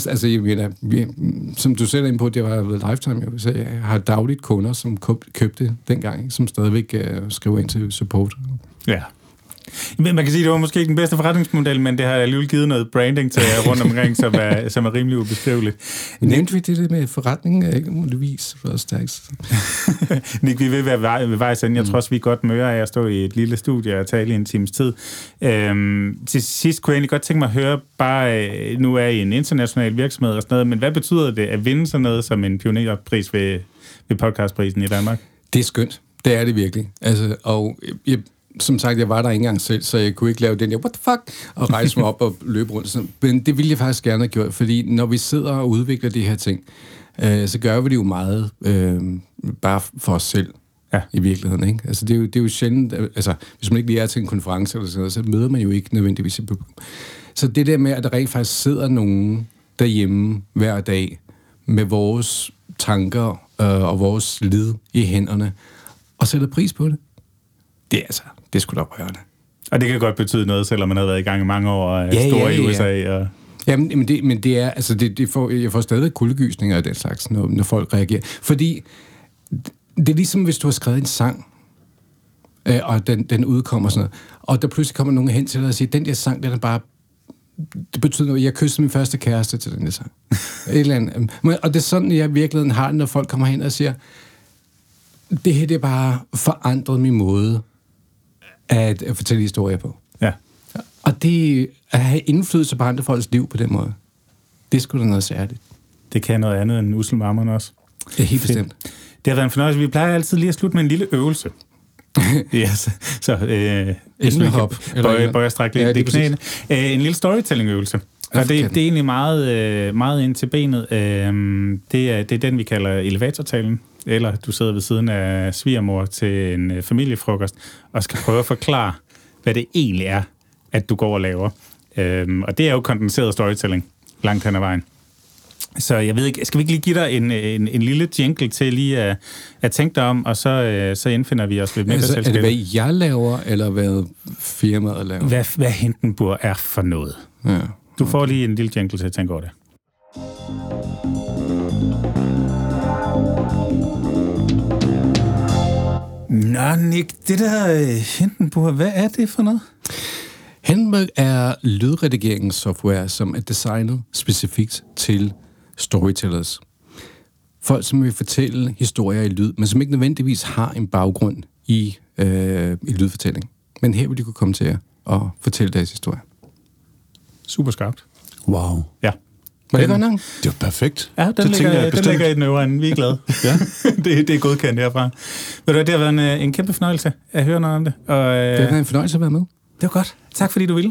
som du selv er inde på, det var lifetime, jeg har dagligt kunder, som købte dengang, som stadigvæk skriver ind til support. Ja. Men man kan sige, at det var måske ikke den bedste forretningsmodel, men det har alligevel givet noget branding til rundt omkring, som er rimelig ubeskriveligt. Nævnte vi det med forretningen? Ikke muligvis for stærkt. Nick, vi vil være ved vejs ende. Jeg tror også, vi er godt møre af at stå i et lille studie og tale i en times tid. Til sidst kunne jeg egentlig godt tænke mig at høre, bare nu er I en international virksomhed og sådan noget, men hvad betyder det at vinde sådan noget som en pionerpris ved podcastprisen i Danmark? Det er skønt. Det er det virkelig. Altså, og som sagt, jeg var der ikke engang selv, så jeg kunne ikke lave den der, what the fuck, og rejse mig op og løbe rundt. Men det ville jeg faktisk gerne have gjort, fordi når vi sidder og udvikler de her ting, så gør vi det jo meget bare for os selv, i virkeligheden. Ikke? Altså, det er jo sjældent, altså, hvis man ikke lige er til en konference eller sådan noget, så møder man jo ikke nødvendigvis et publikum. Så det der med, at der rent faktisk sidder nogen derhjemme hver dag med vores tanker og vores lid i hænderne, og sætter pris på det, det skulle da rørende. Og det kan godt betyde noget, selvom man har været i gang i mange år og er stor i USA. Og... Ja, men det er, altså jeg får stadig kuldegysninger af den slags, når folk reagerer. Fordi det er ligesom, hvis du har skrevet en sang, og den udkommer sådan noget, og der pludselig kommer nogen hen til dig og siger, den der sang, den er bare, det betyder noget, jeg kyssede min første kæreste til den der sang. Et eller andet. Og det er sådan, jeg i virkeligheden har det, når folk kommer hen og siger, det her, det er bare forandret min måde at fortælle historier på. Ja. Og det at have indflydelse på andre folks liv på den måde, det er sgu da noget særligt. Det kan noget andet end uselmarmeren også. Ja, helt bestemt. Det har været en fornøjelse. Vi plejer altid lige at slutte med en lille øvelse. Yes. Så hop. Bøj og stræk lidt i knæene. En lille storytelling-øvelse. Og det er egentlig meget ind til benet. Det er den, vi kalder elevatortalen. Eller du sidder ved siden af svigermor til en familiefrokost og skal prøve at forklare, hvad det egentlig er, at du går og laver. Og det er jo kondenseret storytelling langt hen ad vejen. Så jeg ved ikke, skal vi ikke lige give dig en lille jingle til lige at tænke dig om, og så indfinder vi os lidt mere. Altså, er det, hvad jeg laver, eller hvad firmaet laver? Hvad Hindenburg er for noget. Ja. Du får lige en lille jingle til at tænke over det. Nå, Nick, det der Hindenburg, hvad er det for noget? Hindenburg er lydredigeringssoftware, som er designet specifikt til storytellers. Folk, som vil fortælle historier i lyd, men som ikke nødvendigvis har en baggrund i lydfortælling. Men her vil de kunne komme til at fortælle deres historie. Super skarpt. Wow. Ja. Var det godt nok? Det var perfekt. Ja, den ligger i den øvre ende. Vi er glade. Ja. det er godkendt herfra. Ved du, det har været en kæmpe fornøjelse at høre noget om det. Og, det har været en fornøjelse at være med. Det var godt. Tak fordi du ville.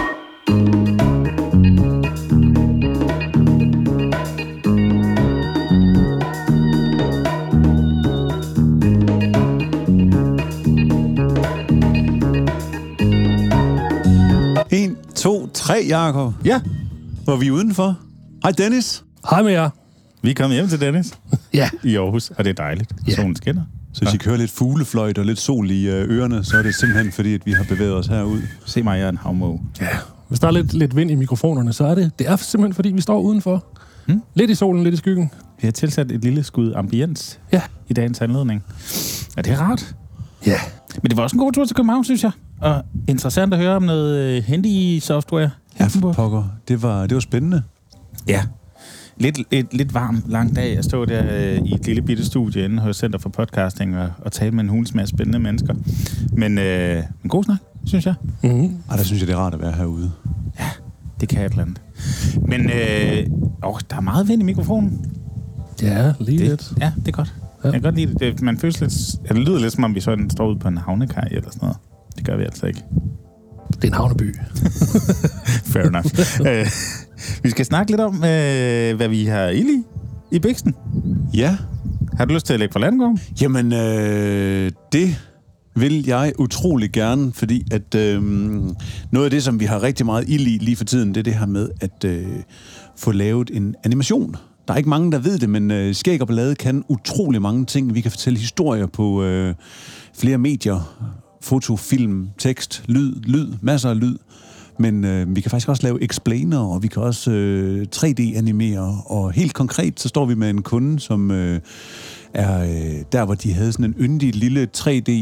En, to, tre, Jakob. Ja. Hvor er vi udenfor? Hej Dennis. Hej med jer. Vi er kommet hjem til Dennis. Ja. I Aarhus, og det er dejligt. Ja. Solen skinner. Så hvis I kører lidt fuglefløjt og lidt sol i ørerne, så er det simpelthen fordi, at vi har bevæget os herud. Se mig, jeg er en havmåge. Ja. Hvis der er lidt vind i mikrofonerne, så er det er simpelthen fordi, vi står udenfor. Lidt i solen, lidt i skyggen. Vi har tilsat et lille skud ambience i dagens anledning. Er det rart? Ja. Men det var også en god tur til København, synes jeg. Og interessant at høre om noget Handy-software. Ja, for pokker. Det var spændende. Ja. Lidt varm, lang dag. Jeg stod der i et lille bitte studie inde hos Center for Podcasting og talte med en hulens masse spændende mennesker. Men en god snak, synes jeg. Mm-hmm. Ej, der synes jeg, det er rart at være herude. Ja, det kan et eller andet. Men der er meget vind i mikrofonen. Ja, lidt. Ja, det er godt. Ja. Jeg kan godt lide det. Man føles lidt, det lyder lidt som om, vi sådan står ude på en havnekaj eller sådan noget. Det gør vi altså ikke. Det er en havneby. Fair enough. Vi skal snakke lidt om, hvad vi har i biksen. Ja. Har du lyst til at lægge fra landgården? Jamen, det vil jeg utrolig gerne, fordi at noget af det, som vi har rigtig meget ild i lige for tiden, det er det her med at få lavet en animation. Der er ikke mange, der ved det, men Skæg og Ballade kan utrolig mange ting. Vi kan fortælle historier på flere medier. Foto, film, tekst, lyd, masser af lyd. Men vi kan faktisk også lave explainer, og vi kan også 3D-animere. Og helt konkret, så står vi med en kunde, som er der, hvor de havde sådan en yndig lille 3D...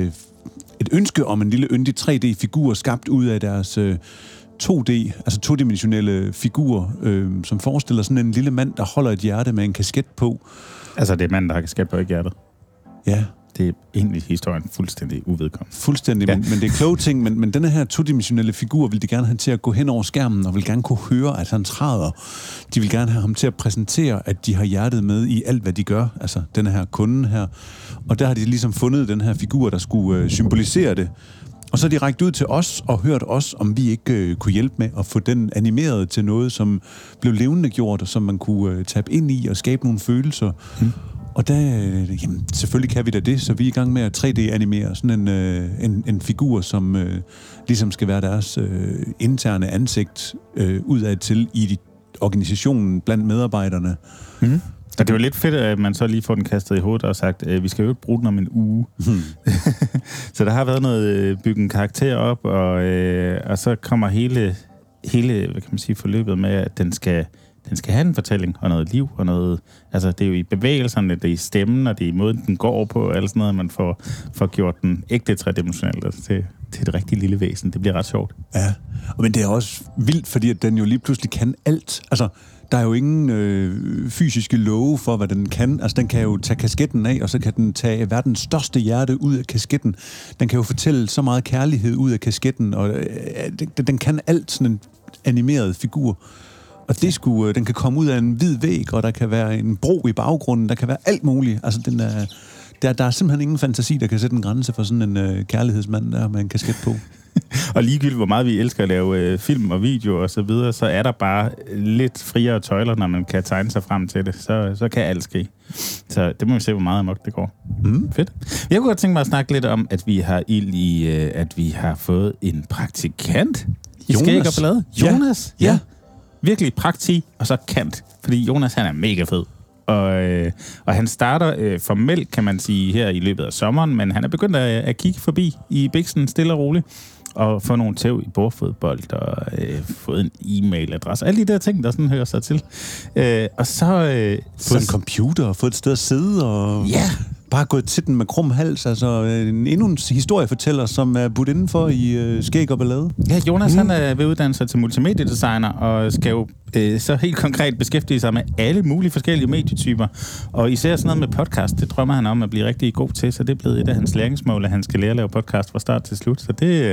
et ønske om en lille yndig 3D-figur, skabt ud af deres 2D, altså todimensionelle figurer, som forestiller sådan en lille mand, der holder et hjerte med en kasket på. Altså, det er manden, der har kasket på, ikke hjertet. Ja. Det er egentlig historien fuldstændig uvedkommende. Fuldstændig, ja. men det er kloge ting, men denne her todimensionelle figur vil de gerne have til at gå hen over skærmen, og vil gerne kunne høre, at han træder. De vil gerne have ham til at præsentere, at de har hjertet med i alt, hvad de gør, altså denne her kunde her. Og der har de ligesom fundet den her figur, der skulle symbolisere det. Og så har de rækket ud til os og hørt os, om vi ikke kunne hjælpe med at få den animeret til noget, som blev levende gjort, og som man kunne tabe ind i og skabe nogle følelser. Og der, jamen, selvfølgelig kan vi da det, så vi er i gang med at 3D-animere sådan en figur, som ligesom skal være deres interne ansigt udad til i organisationen blandt medarbejderne. Mm. Og det er jo lidt fedt, at man så lige får den kastet i hovedet og sagt, vi skal jo ikke bruge den om en uge. Så der har været noget bygge en karakter op, og så kommer hele hvad kan man sige, forløbet med, at den skal have en fortælling og noget liv og noget... Altså, det er jo i bevægelserne, det er i stemmen, og det er i måden, den går på, og alt sådan noget, man får gjort den ægte tredimensionelt altså, til et rigtig lille væsen. Det bliver ret sjovt. Ja, men det er også vildt, fordi at den jo lige pludselig kan alt. Altså, der er jo ingen fysiske love for, hvad den kan. Altså, den kan jo tage kasketten af, og så kan den tage verdens største hjerte ud af kasketten. Den kan jo fortælle så meget kærlighed ud af kasketten, og den kan alt, sådan en animeret figur. Og den kan komme ud af en hvid væg, og der kan være en bro i baggrunden, der kan være alt muligt. Altså, Der er simpelthen ingen fantasi, der kan sætte en grænse for sådan en kærlighedsmand, der med en kasket på. Og ligegyldigt, hvor meget vi elsker at lave film og video og så videre, så er der bare lidt friere tøjler, når man kan tegne sig frem til det. Så kan alt ske. Så det må vi se, hvor meget amok det går. Fedt. Jeg kunne godt tænke mig at snakke lidt om, at vi har at vi har fået en praktikant i Skæg og Blade. Jonas? Ja. Virkelig praktik, og så kant. Fordi Jonas, han er mega fed. Og han starter formelt, kan man sige, her i løbet af sommeren, men han er begyndt at kigge forbi i Bixen stille og roligt, og få nogle tæv i bordfodbold, og fået en e-mailadresse. Alle de der ting, der sådan hører sig til. Og så... Fået en computer, og fået et sted at sidde, og... Ja. Bare gået til den med krum hals. Altså endnu en historiefortæller, som er budt indenfor i Skæg og Ballade. Ja, Jonas han er ved uddanne sig til multimediedesigner, og skal jo så helt konkret beskæftige sig med alle mulige forskellige medietyper. Og især sådan noget med podcast, det drømmer han om at blive rigtig god til, så det er blevet et af hans læringsmål, at han skal lære at lave podcast fra start til slut. Så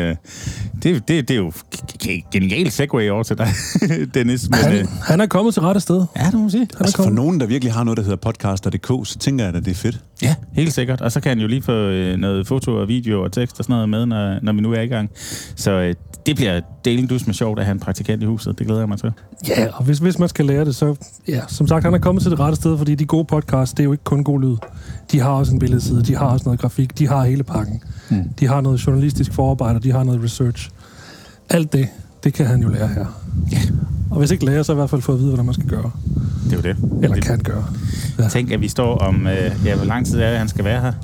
det er jo genialt segway over til dig, Dennis. Men, han er kommet til rette sted. Ja, det må man sige. Altså for nogen, der virkelig har noget, der hedder podcaster.dk, så tænker jeg, at det er fedt. Ja, helt sikkert. Og så kan han jo lige få noget foto og video og tekst og sådan noget med, når vi nu er i gang. Så det bliver delen dus med sjovt at have en praktikant i huset. Det glæder jeg mig til. Ja, og hvis man skal lære det, så... Ja, som sagt, han er kommet til det rette sted, fordi de gode podcasts, det er jo ikke kun god lyd. De har også en billedside, de har også noget grafik, de har hele pakken. De har noget journalistisk forarbejde, de har noget research. Alt det kan han jo lære her. Ja. Og hvis ikke lærer, så i hvert fald få at vide, hvordan man skal gøre. Det er jo det. Eller kan gøre. Ja. Tænk, at vi står om... hvor lang tid er det, han skal være her?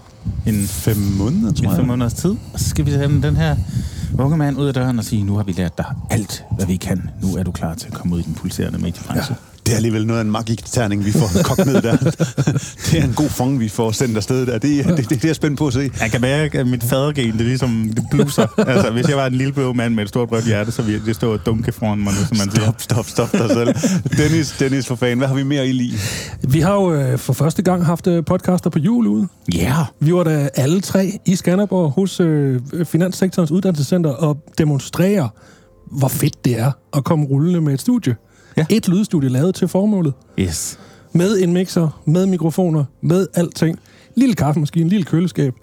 5 måneder, tror jeg. 5 måneders tid. Og så skal vi sende den her unge mand ud af døren og sige, nu har vi lært dig alt, hvad vi kan. Nu er du klar til at komme ud i den pulserende mediebranche. Ja. Det er alligevel noget af en magikterning, vi får kogt ned der. Det er en god fong, vi får sendt afsted der. Det er jeg spændt på at se. Jeg kan mærke, at mit fadergen, det er ligesom, det bluser. Altså, hvis jeg var en lille blå mand med et stort rødt hjerte, så ville det stå og dunke foran mig nu, som man siger. Stop dig selv. Dennis for fanden, hvad har vi mere i lige? Vi har jo for første gang haft podcaster på jul ude. Ja. Yeah. Vi var da alle 3 i Skanderborg hos Finanssektorens Uddannelsescenter og demonstrere, hvor fedt det er at komme rullende med et studie. Ja. Et lydstudie lavet til formålet. Yes. Med en mixer, med mikrofoner, med alting. Lille kaffemaskine, lille køleskab.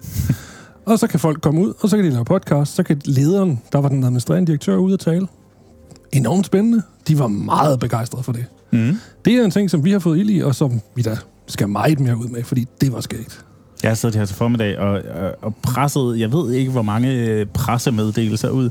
Og så kan folk komme ud, og så kan de lave podcast. Så kan lederen, der var den administrerende direktør, ud og tale. Enormt spændende. De var meget begejstrede for det. Det er en ting, som vi har fået ild i, og som vi da skal meget mere ud med, fordi det var skægt. Jeg har siddet her til formiddag og presset, jeg ved ikke, hvor mange pressemeddelelser ud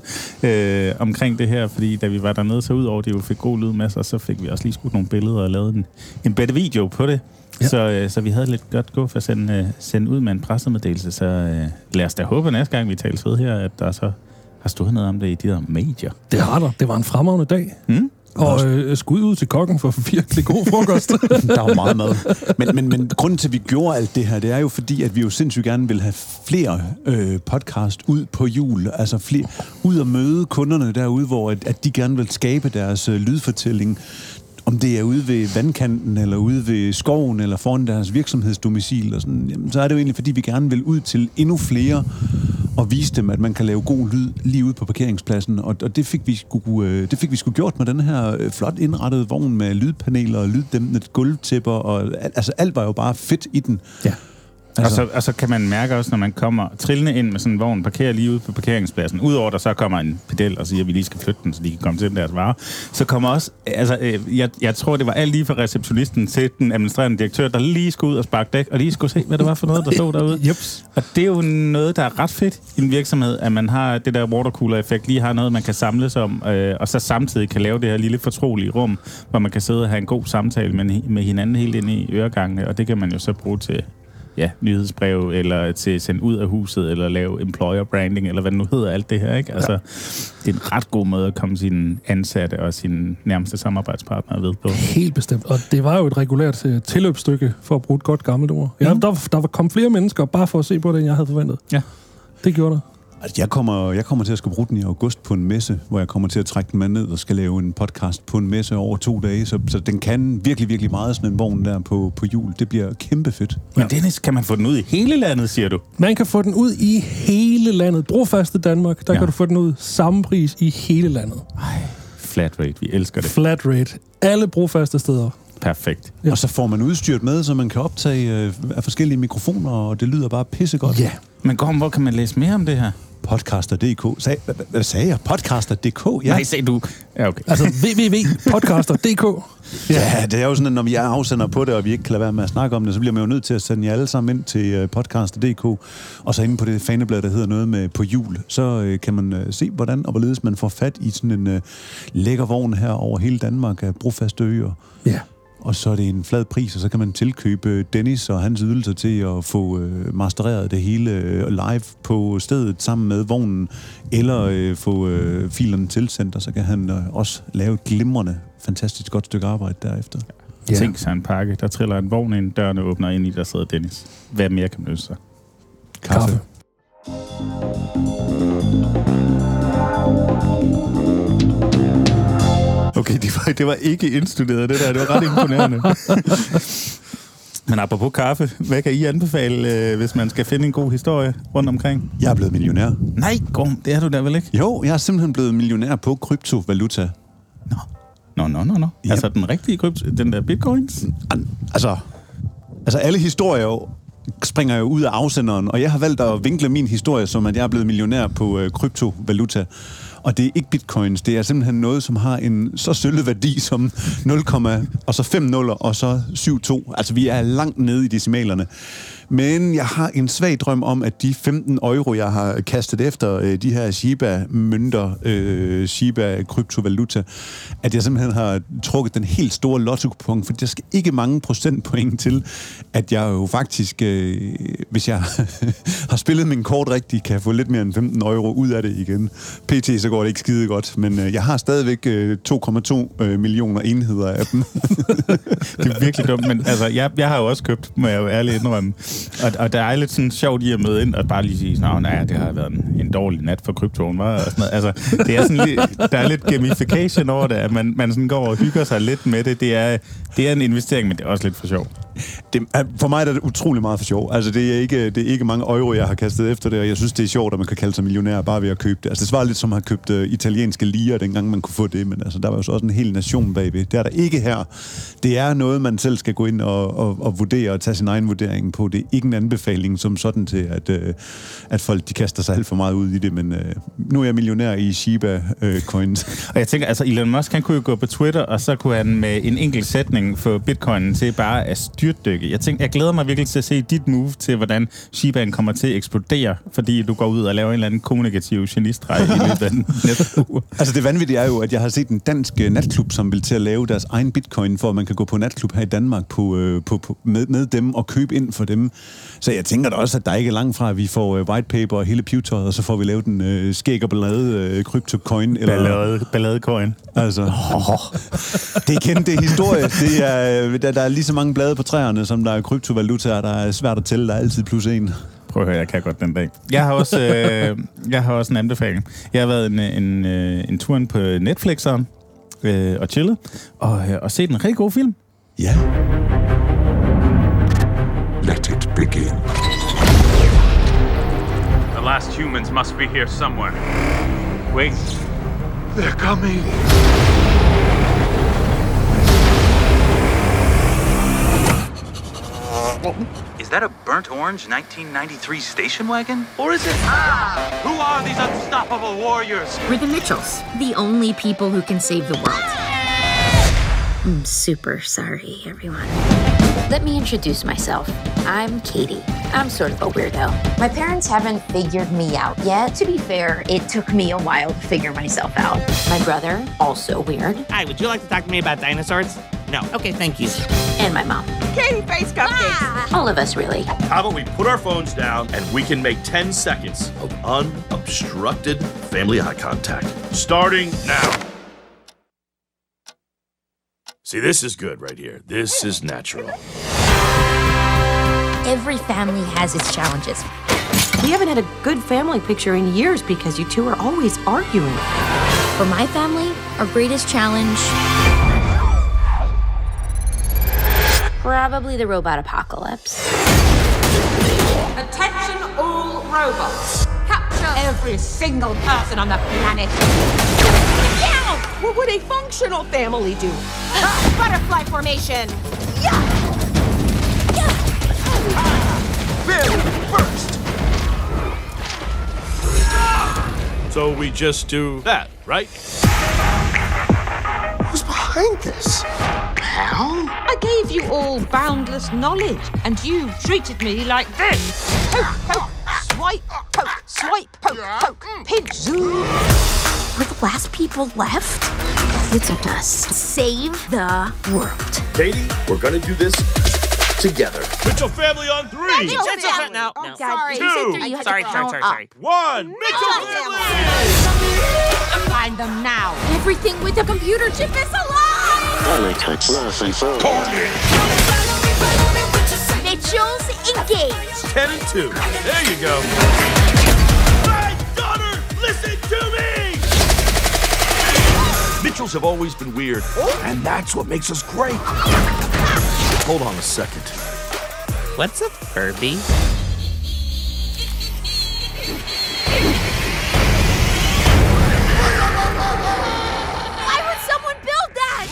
omkring det her, fordi da vi var dernede, så ud over det jo fik god lyd med sig, så fik vi også lige skudt nogle billeder og lavet en bedre video på det. Ja. Så vi havde lidt godt gå for at sende ud med en pressemeddelelse, så lad os da håbe næste gang, vi tales ved her, at der så har stået noget om det i de der medier. Det har der. Det var en fremragende dag. Og skud ud til kokken for virkelig god frokost. Der var meget mad. Men grunden til, at vi gjorde alt det her, det er jo fordi, at vi jo sindssygt gerne vil have flere podcast ud på jul. Altså flere ud og møde kunderne derude, hvor at de gerne vil skabe deres lydfortælling. Om det er ude ved vandkanten, eller ude ved skoven, eller foran deres virksomhedsdomicil, og sådan, jamen, så er det jo egentlig, fordi vi gerne vil ud til endnu flere og vise dem, at man kan lave god lyd lige ude på parkeringspladsen. Og det fik vi sgu gjort med den her flot indrettede vogn med lydpaneler og lyddæmpende gulvtæpper, og altså alt var jo bare fedt i den. Ja. Og så kan man mærke også, når man kommer trillende ind med sådan en vogn, parkerer lige ude på parkeringspladsen, udover der så kommer en pedel og siger, at vi lige skal flytte den, så de kan komme til deres varer, så kommer også, altså jeg tror, det var alt lige fra receptionisten til den administrerende direktør, der lige skulle ud og sparke dæk, og lige skulle se, hvad det var for noget, der stod derude. Jeps. Og det er jo noget, der er ret fedt i en virksomhed, at man har det der watercooler-effekt, lige har noget, man kan samles om, og så samtidig kan lave det her lille fortrolige rum, hvor man kan sidde og have en god samtale med hinanden helt inde i øregangene, og det kan man jo så bruge til nyhedsbrev, eller til at sende ud af huset, eller lave employer branding, eller hvad det nu hedder, alt det her, ikke? Altså, det er en ret god måde at komme sine ansatte og sine nærmeste samarbejdspartnere ved på. Helt bestemt. Og det var jo et regulært tilløbsstykke, for at bruge et godt gammelt ord. Ja, der kom flere mennesker, bare for at se på det, end jeg havde forventet. Ja. Det gjorde der. Altså, jeg kommer til at skulle bruge den i august på en messe, hvor jeg kommer til at trække den med ned og skal lave en podcast på en messe over 2 dage. Så den kan virkelig, virkelig meget, sådan en vogn der på jul. Det bliver kæmpe fedt. Men Dennis, kan man få den ud i hele landet, siger du? Man kan få den ud i hele landet. Brofaste Danmark, der kan du få den ud samme pris i hele landet. Flat rate, vi elsker det. Flat rate. Alle brofaste steder. Perfekt. Ja. Og så får man udstyret med, så man kan optage af forskellige mikrofoner, og det lyder bare pissegodt. Ja. Men Gorm, hvor kan man læse mere om det her? Podcaster.dk. Hvad sagde jeg? Podcaster.dk? Ja. Nej, sagde du. Ja, okay. Altså www.podcaster.dk. Ja, det er jo sådan, at når vi er afsender på det, og vi ikke kan lade være med at snakke om det, så bliver man jo nødt til at sende jer alle sammen ind til podcaster.dk, og så inde på det faneblad, der hedder noget med på jul, så kan man se, hvordan og hvorledes man får fat i sådan en lækker vogn her over hele Danmark af brofaste øer. Ja. Og så er det en flad pris, og så kan man tilkøbe Dennis og hans ydelser til at få mastereret det hele live på stedet sammen med vognen, eller få filerne tilsendt, og så kan han også lave et glimrende, fantastisk godt stykke arbejde derefter. Ja. Tænk sig en pakke. Der triller en vogn ind, dørene åbner ind i, der sidder Dennis. Hvad mere kan man ønske sig? Kaffe. Okay, det var ikke indstuderet, det der. Det var ret imponerende. Men apropos kaffe, hvad kan I anbefale, hvis man skal finde en god historie rundt omkring? Jeg er blevet millionær. Nej, Gorm, det er du da vel ikke? Jo, jeg er simpelthen blevet millionær på kryptovaluta. Nå. Ja. Altså den rigtige den der bitcoins? Altså alle historier jo springer jo ud af afsenderen, og jeg har valgt at vinkle min historie, som at jeg er blevet millionær på kryptovaluta. Og det er ikke bitcoins, det er simpelthen noget, som har en så sølle værdi som 0, og så 5 nuller, og så 7,2. Altså, vi er langt nede i decimalerne. Men jeg har en svag drøm om, at de 15 euro, jeg har kastet efter de her Shiba-mønter, Shiba-kryptovaluta, at jeg simpelthen har trukket den helt store lotto-kupon, for der skal ikke mange procentpoint til, at jeg jo faktisk, hvis jeg har spillet min kort rigtigt, kan få lidt mere end 15 euro ud af det igen. PT, så går det ikke skide godt, men jeg har stadigvæk 2,2 millioner enheder af dem. Det er virkelig dumt, men altså, jeg har jo også købt, må jeg jo ærligt indrømme. Og der er lidt sådan sjovt i at møde ind, og bare lige sige, nej, det har været en dårlig nat for kryptoen, var og sådan noget. Altså, det er sådan der er lidt gamification over det, at man sådan går og hygger sig lidt med det. Det er en investering, men det er også lidt for sjov. For mig er det utrolig meget for sjov. Altså, det er ikke mange euro, jeg har kastet efter det, og jeg synes, det er sjovt, at man kan kalde sig millionær bare ved at købe det. Altså, det svarer lidt som at have købt italienske lirer, dengang man kunne få det, men altså, der var jo så også en hel nation bagved. Det er der ikke her. Det er noget, man selv skal gå ind og vurdere og tage sin egen vurdering på. Det er ikke en anbefaling som sådan til, at folk de kaster sig alt for meget ud i det, men nu er jeg millionær i Shiba-coins. Og jeg tænker, altså Elon Musk, han kunne jo gå på Twitter, og så kunne han med en enkelt sætning få bitcoinen til bare at styrtdykke. Jeg glæder mig virkelig til at se dit move til, hvordan Shibaen kommer til at eksplodere, fordi du går ud og laver en eller anden kommunikativ genistreg i løbet af den næste uge. Altså det vanvittige er jo, at jeg har set en dansk natklub, som vil til at lave deres egen bitcoin, for at man kan gå på natklub her i Danmark med dem og købe ind for dem. Så jeg tænker da også, at der ikke er langt fra, at vi får white paper og hele pivetøjet, og så får vi lavet en skæg og ballade kryptocoin. Balladecoin. Altså, det er kendt, det er historie. Der er lige så mange blade på træerne, som der er kryptovalutaer, der er svært at tælle. Der er altid +1. Prøv at høre, jeg kan godt den dag. Jeg har også en anbefaling. Jeg har været en tur på Netflix'eren og chillet, og set en rigtig god film. Ja. Let it begin. The last humans must be here somewhere. Wait. They're coming. Is that a burnt orange 1993 station wagon? Or is it... Who are these unstoppable warriors? We're the Mitchells, the only people who can save the world. I'm super sorry, everyone. Let me introduce myself. I'm Katie. I'm sort of a weirdo. My parents haven't figured me out yet. To be fair, it took me a while to figure myself out. My brother, also weird. Hi, would you like to talk to me about dinosaurs? No. Okay, thank you. And my mom. Katie face cupcakes. All of us, really. How about we put our phones down and we can make 10 seconds of unobstructed family eye contact. Starting now. See, this is good right here. This is natural. Every family has its challenges. We haven't had a good family picture in years because you two are always arguing. For my family, our greatest challenge... probably the robot apocalypse. Attention all robots. Capture every single person on the planet. Get out! What would a functional family do? Butterfly formation. Family first! So we just do that, right? Who's behind this? Pal? I gave you all boundless knowledge, and you treated me like this. Poke, poke, swipe, poke, swipe, poke, poke, pinch, zoom. We're the last people left. It's up to us to save the world. Katie, we're gonna do this together. Mitchell family on 3. Mitchell family. No. Sorry. Two. You said three. You had Sorry, to count sorry. up. 1. Mitchell family! Find them now. Everything with a computer chip is alive! Politics, love, and soul. Mitchell's engaged. 10 and 2. There you go. My daughter, listen to me! Mitchells have always been weird, and that's what makes us great. Hold on a second. What's a Furby? Why would someone build that?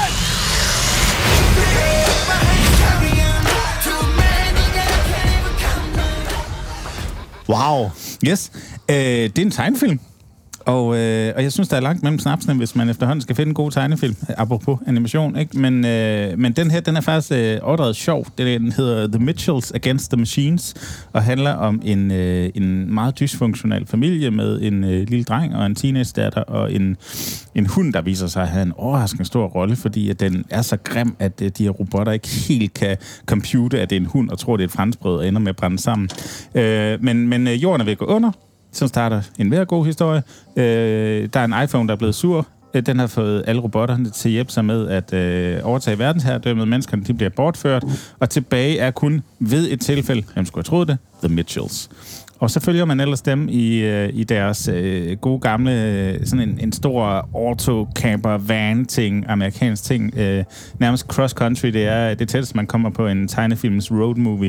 Wow. Yes. Det er en tegnefilm. Og jeg synes, der er langt mellem snapsene, hvis man efterhånden skal finde en god tegnefilm. Apropos animation, ikke? Men den her, den er faktisk overdrevet sjov. Den hedder The Mitchells Against the Machines, og handler om en meget dysfunktionel familie med en lille dreng og en teenage-datter og en hund, der viser sig at have en overraskende stor rolle, fordi at den er så grim, at de her robotter ikke helt kan compute, at det er en hund, og tror, det er et franskbrød, og ender med at brænde sammen. Men jorden er ved at gå under. Så starter en mere god historie. Der er en iPhone, der er blevet sur. Den har fået alle robotterne til at hjælpe sig med at overtage verdensherredømmet. Menneskerne de bliver bortført. Og tilbage er kun ved et tilfælde, hvem skulle have troet det, The Mitchells. Og så følger man ellers dem i deres gode gamle, sådan en stor auto-camper-van-ting, amerikansk ting. Nærmest cross-country, det er det tætteste, man kommer på en tegnefilms road movie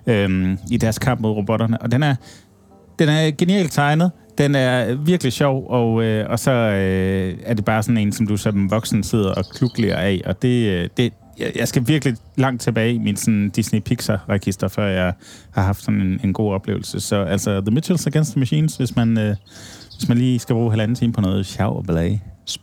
i deres kamp mod robotterne. Og den er genialt tegnet. Den er virkelig sjov, og så er det bare sådan en, som du som voksen sidder og klukler af. Og jeg skal virkelig langt tilbage i min sådan Disney-Pixar-register, før jeg har haft sådan en god oplevelse. Så altså The Mitchells Against the Machines, hvis man lige skal bruge 1,5 time på noget sjov og ballade.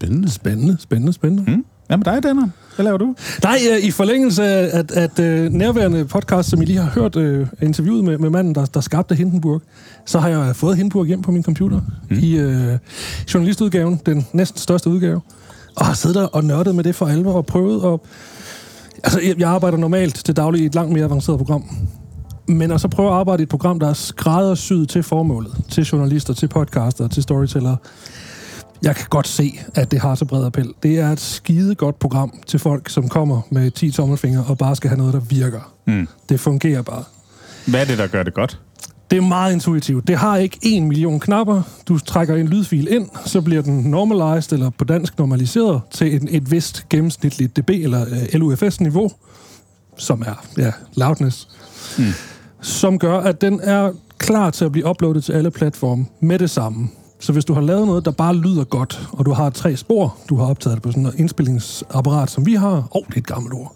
Spændende. Hvad med dig, Danner? Hvad laver du? Nej, i forlængelse af at nærværende podcast, som I lige har hørt interviewet med manden, der skabte Hindenburg, så har jeg fået Hindenburg hjem på min computer i journalistudgaven, den næsten største udgave, og har siddet der og nørdet med det for alvor og prøvet at... Altså, jeg arbejder normalt til daglig i et langt mere avanceret program, men at så prøve at arbejde i et program, der er skræddersyet til formålet, til journalister, til podcaster, til storytellere. Jeg kan godt se, at det har så bred appel. Det er et skide godt program til folk, som kommer med 10 tommelfingre og bare skal have noget, der virker. Det fungerer bare. Hvad er det, der gør det godt? Det er meget intuitivt. Det har ikke 1 million knapper. Du trækker en lydfil ind, så bliver den normalized, eller på dansk normaliseret, til et vist gennemsnitligt dB, eller LUFS-niveau, som er loudness, som gør, at den er klar til at blive uploadet til alle platforme med det samme. Så hvis du har lavet noget, der bare lyder godt, og du har 3 spor, du har optaget det på sådan et indspillingsapparat, som vi har. Det er et gammelt ord.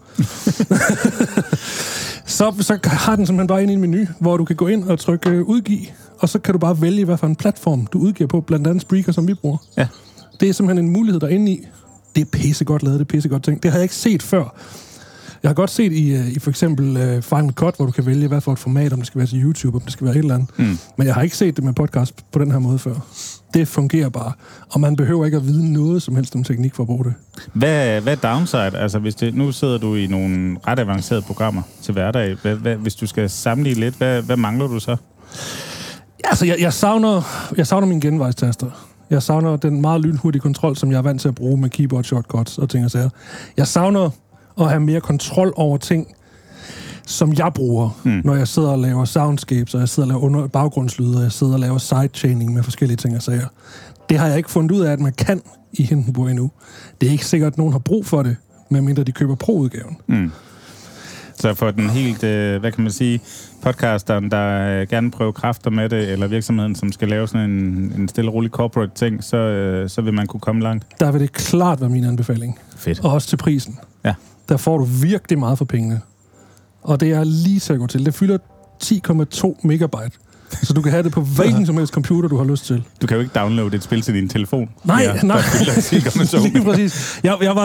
så har den simpelthen bare ind i en menu, hvor du kan gå ind og trykke udgive, og så kan du bare vælge, hvad for en platform du udgiver på, blandt andet Spreaker, som vi bruger. Ja. Det er simpelthen en mulighed derinde i. Det er pissegodt lavet, det er pissegodt ting. Det har jeg ikke set før. Jeg har godt set i for eksempel Final Cut, hvor du kan vælge, hvad for et format, om det skal være til YouTube, om det skal være et eller andet. Men jeg har ikke set det med podcast på den her måde før. Det fungerer bare, og man behøver ikke at vide noget som helst om teknik for at bruge det. Hvad er downside? Altså, nu sidder du i nogle ret avancerede programmer til hverdag. Hvis du skal sammenligne lidt, hvad mangler du så? Altså, jeg savner mine genvejstaster. Jeg savner den meget lynhurtige kontrol, som jeg er vant til at bruge med keyboard shortcuts og ting og sager. Jeg savner at have mere kontrol over ting, som jeg bruger, når jeg sidder og laver soundscapes, og jeg sidder og laver baggrundslyde, og jeg sidder og laver sidechaining med forskellige ting og sager. Det har jeg ikke fundet ud af, at man kan i Hindenburg endnu. Det er ikke sikkert, at nogen har brug for det, medmindre de køber pro-udgaven. Så for den helt, hvad kan man sige, podcasteren, der gerne prøver kræfter med det, eller virksomheden, som skal lave sådan en stille og rolig corporate ting, så vil man kunne komme langt. Der vil det klart være min anbefaling. Fedt. Og også til prisen. Ja. Der får du virkelig meget for pengene. Og det er lige til at gå til. Det fylder 10,2 megabyte. Så du kan have det på hvilken som helst computer, du har lyst til. Du kan jo ikke downloade et spil til din telefon. Nej. Lige præcis.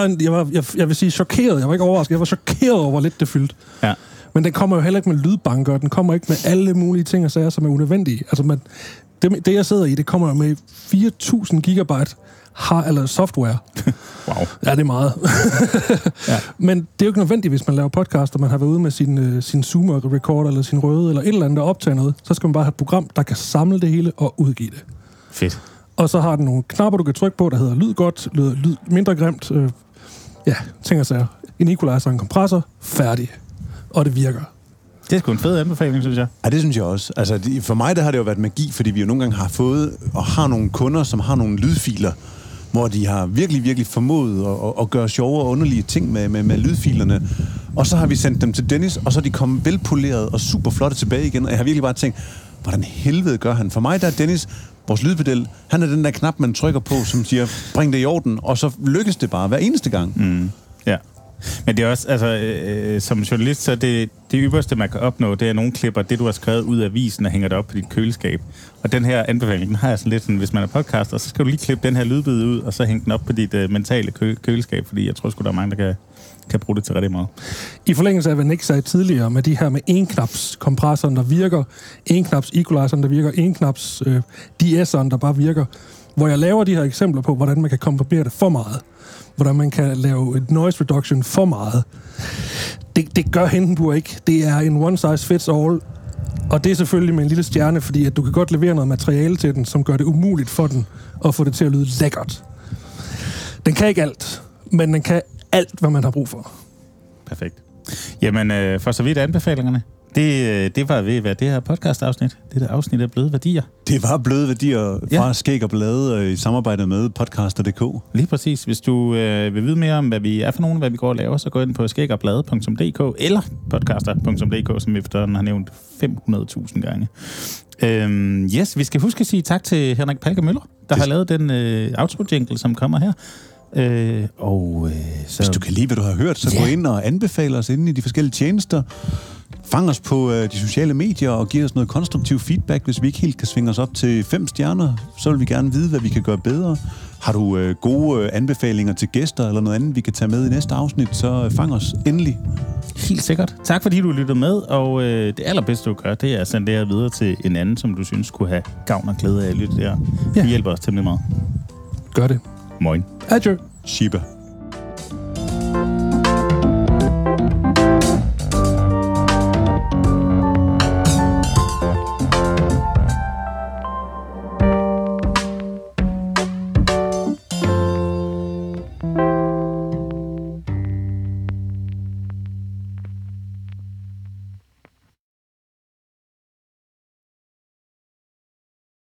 Jeg vil sige chokeret. Jeg var ikke overrasket. Jeg var chokeret over, hvor lidt det fyldte. Ja. Men den kommer jo heller ikke med lydbanker, og den kommer ikke med alle mulige ting og sager, som er unødvendige. Altså, det jeg sidder i, det kommer jo med 4.000 gigabyte eller software. Wow. Ja, det er meget. Ja. Men det er jo ikke nødvendigt, hvis man laver podcast, og man har været ude med sin Zoom-recorder, eller sin røde, eller et eller andet, der optager noget. Så skal man bare have et program, der kan samle det hele og udgive det. Fedt. Og så har den nogle knapper, du kan trykke på, der hedder lyd godt, lyd mindre grimt. Ting og sager. En equalizer, en kompressor, færdig. Og det virker. Det er sgu en fed anbefaling, synes jeg. Ja, det synes jeg også. Altså, for mig der har det jo været magi, fordi vi jo nogle gange har fået og har nogle kunder, som har nogle lydfiler, hvor de har virkelig, virkelig formået at gøre sjove og underlige ting med lydfilerne. Og så har vi sendt dem til Dennis, og så er de kommet velpolerede og super flotte tilbage igen. Og jeg har virkelig bare tænkt, hvordan helvede gør han? For mig der er Dennis, vores lydpedel, han er den der knap, man trykker på, som siger, bring det i orden, og så lykkes det bare hver eneste gang. Mm. Ja. Men det er også, altså, som journalist, så det ypperste, man kan opnå, det er, nogle klipper det, du har skrevet ud af avisen, og hænger det op på dit køleskab. Og den her anbefaling, den har jeg sådan lidt sådan, hvis man er podcaster, så skal du lige klippe den her lydbid ud, og så hænge den op på dit mentale køleskab, fordi jeg tror sgu, der er mange, der kan bruge det til rigtig meget. I forlængelse af, hvad Nick sagde tidligere, med de her med enknaps kompressoren, der virker, enknaps equalizeren, der virker, enknaps DS'eren, der bare virker, hvor jeg laver de her eksempler på, hvordan man kan komprimere det for meget. Hvordan man kan lave et noise reduction for meget. Det gør Hindenburg ikke. Det er en one size fits all. Og det er selvfølgelig med en lille stjerne, fordi at du kan godt levere noget materiale til den, som gør det umuligt for den at få det til at lyde lækkert. Den kan ikke alt, men den kan alt, hvad man har brug for. Perfekt. Jamen, for så vidt anbefalingerne. Det var ved, hvad det her podcast-afsnit. Det der afsnit af Bløde Værdier. Det var Bløde Værdier fra Skæg og Blade i samarbejde med podcaster.dk. Lige præcis. Hvis du vil vide mere om, hvad vi er for nogen, hvad vi går og laver, så gå ind på skægogblade.dk eller podcaster.dk, som vi efterhånden har nævnt 500.000 gange. Vi skal huske at sige tak til Henrik Palke Møller, der har lavet den outro-jingle, som kommer her. Hvis du kan lide, hvad du har hørt, så gå ind og anbefale os inde i de forskellige tjenester. Fang os på de sociale medier og giv os noget konstruktiv feedback. Hvis vi ikke helt kan svinge os op til 5 stjerner, så vil vi gerne vide, hvad vi kan gøre bedre. Har du gode anbefalinger til gæster eller noget andet, vi kan tage med i næste afsnit, så fang os endelig. Helt sikkert. Tak fordi du lyttede med, og det allerbedste du gør, det er at sende det her videre til en anden, som du synes kunne have gavn og glæde af at lytte der. Det hjælper os temmelig meget. Gør det. Moin. Adjø. Shiba.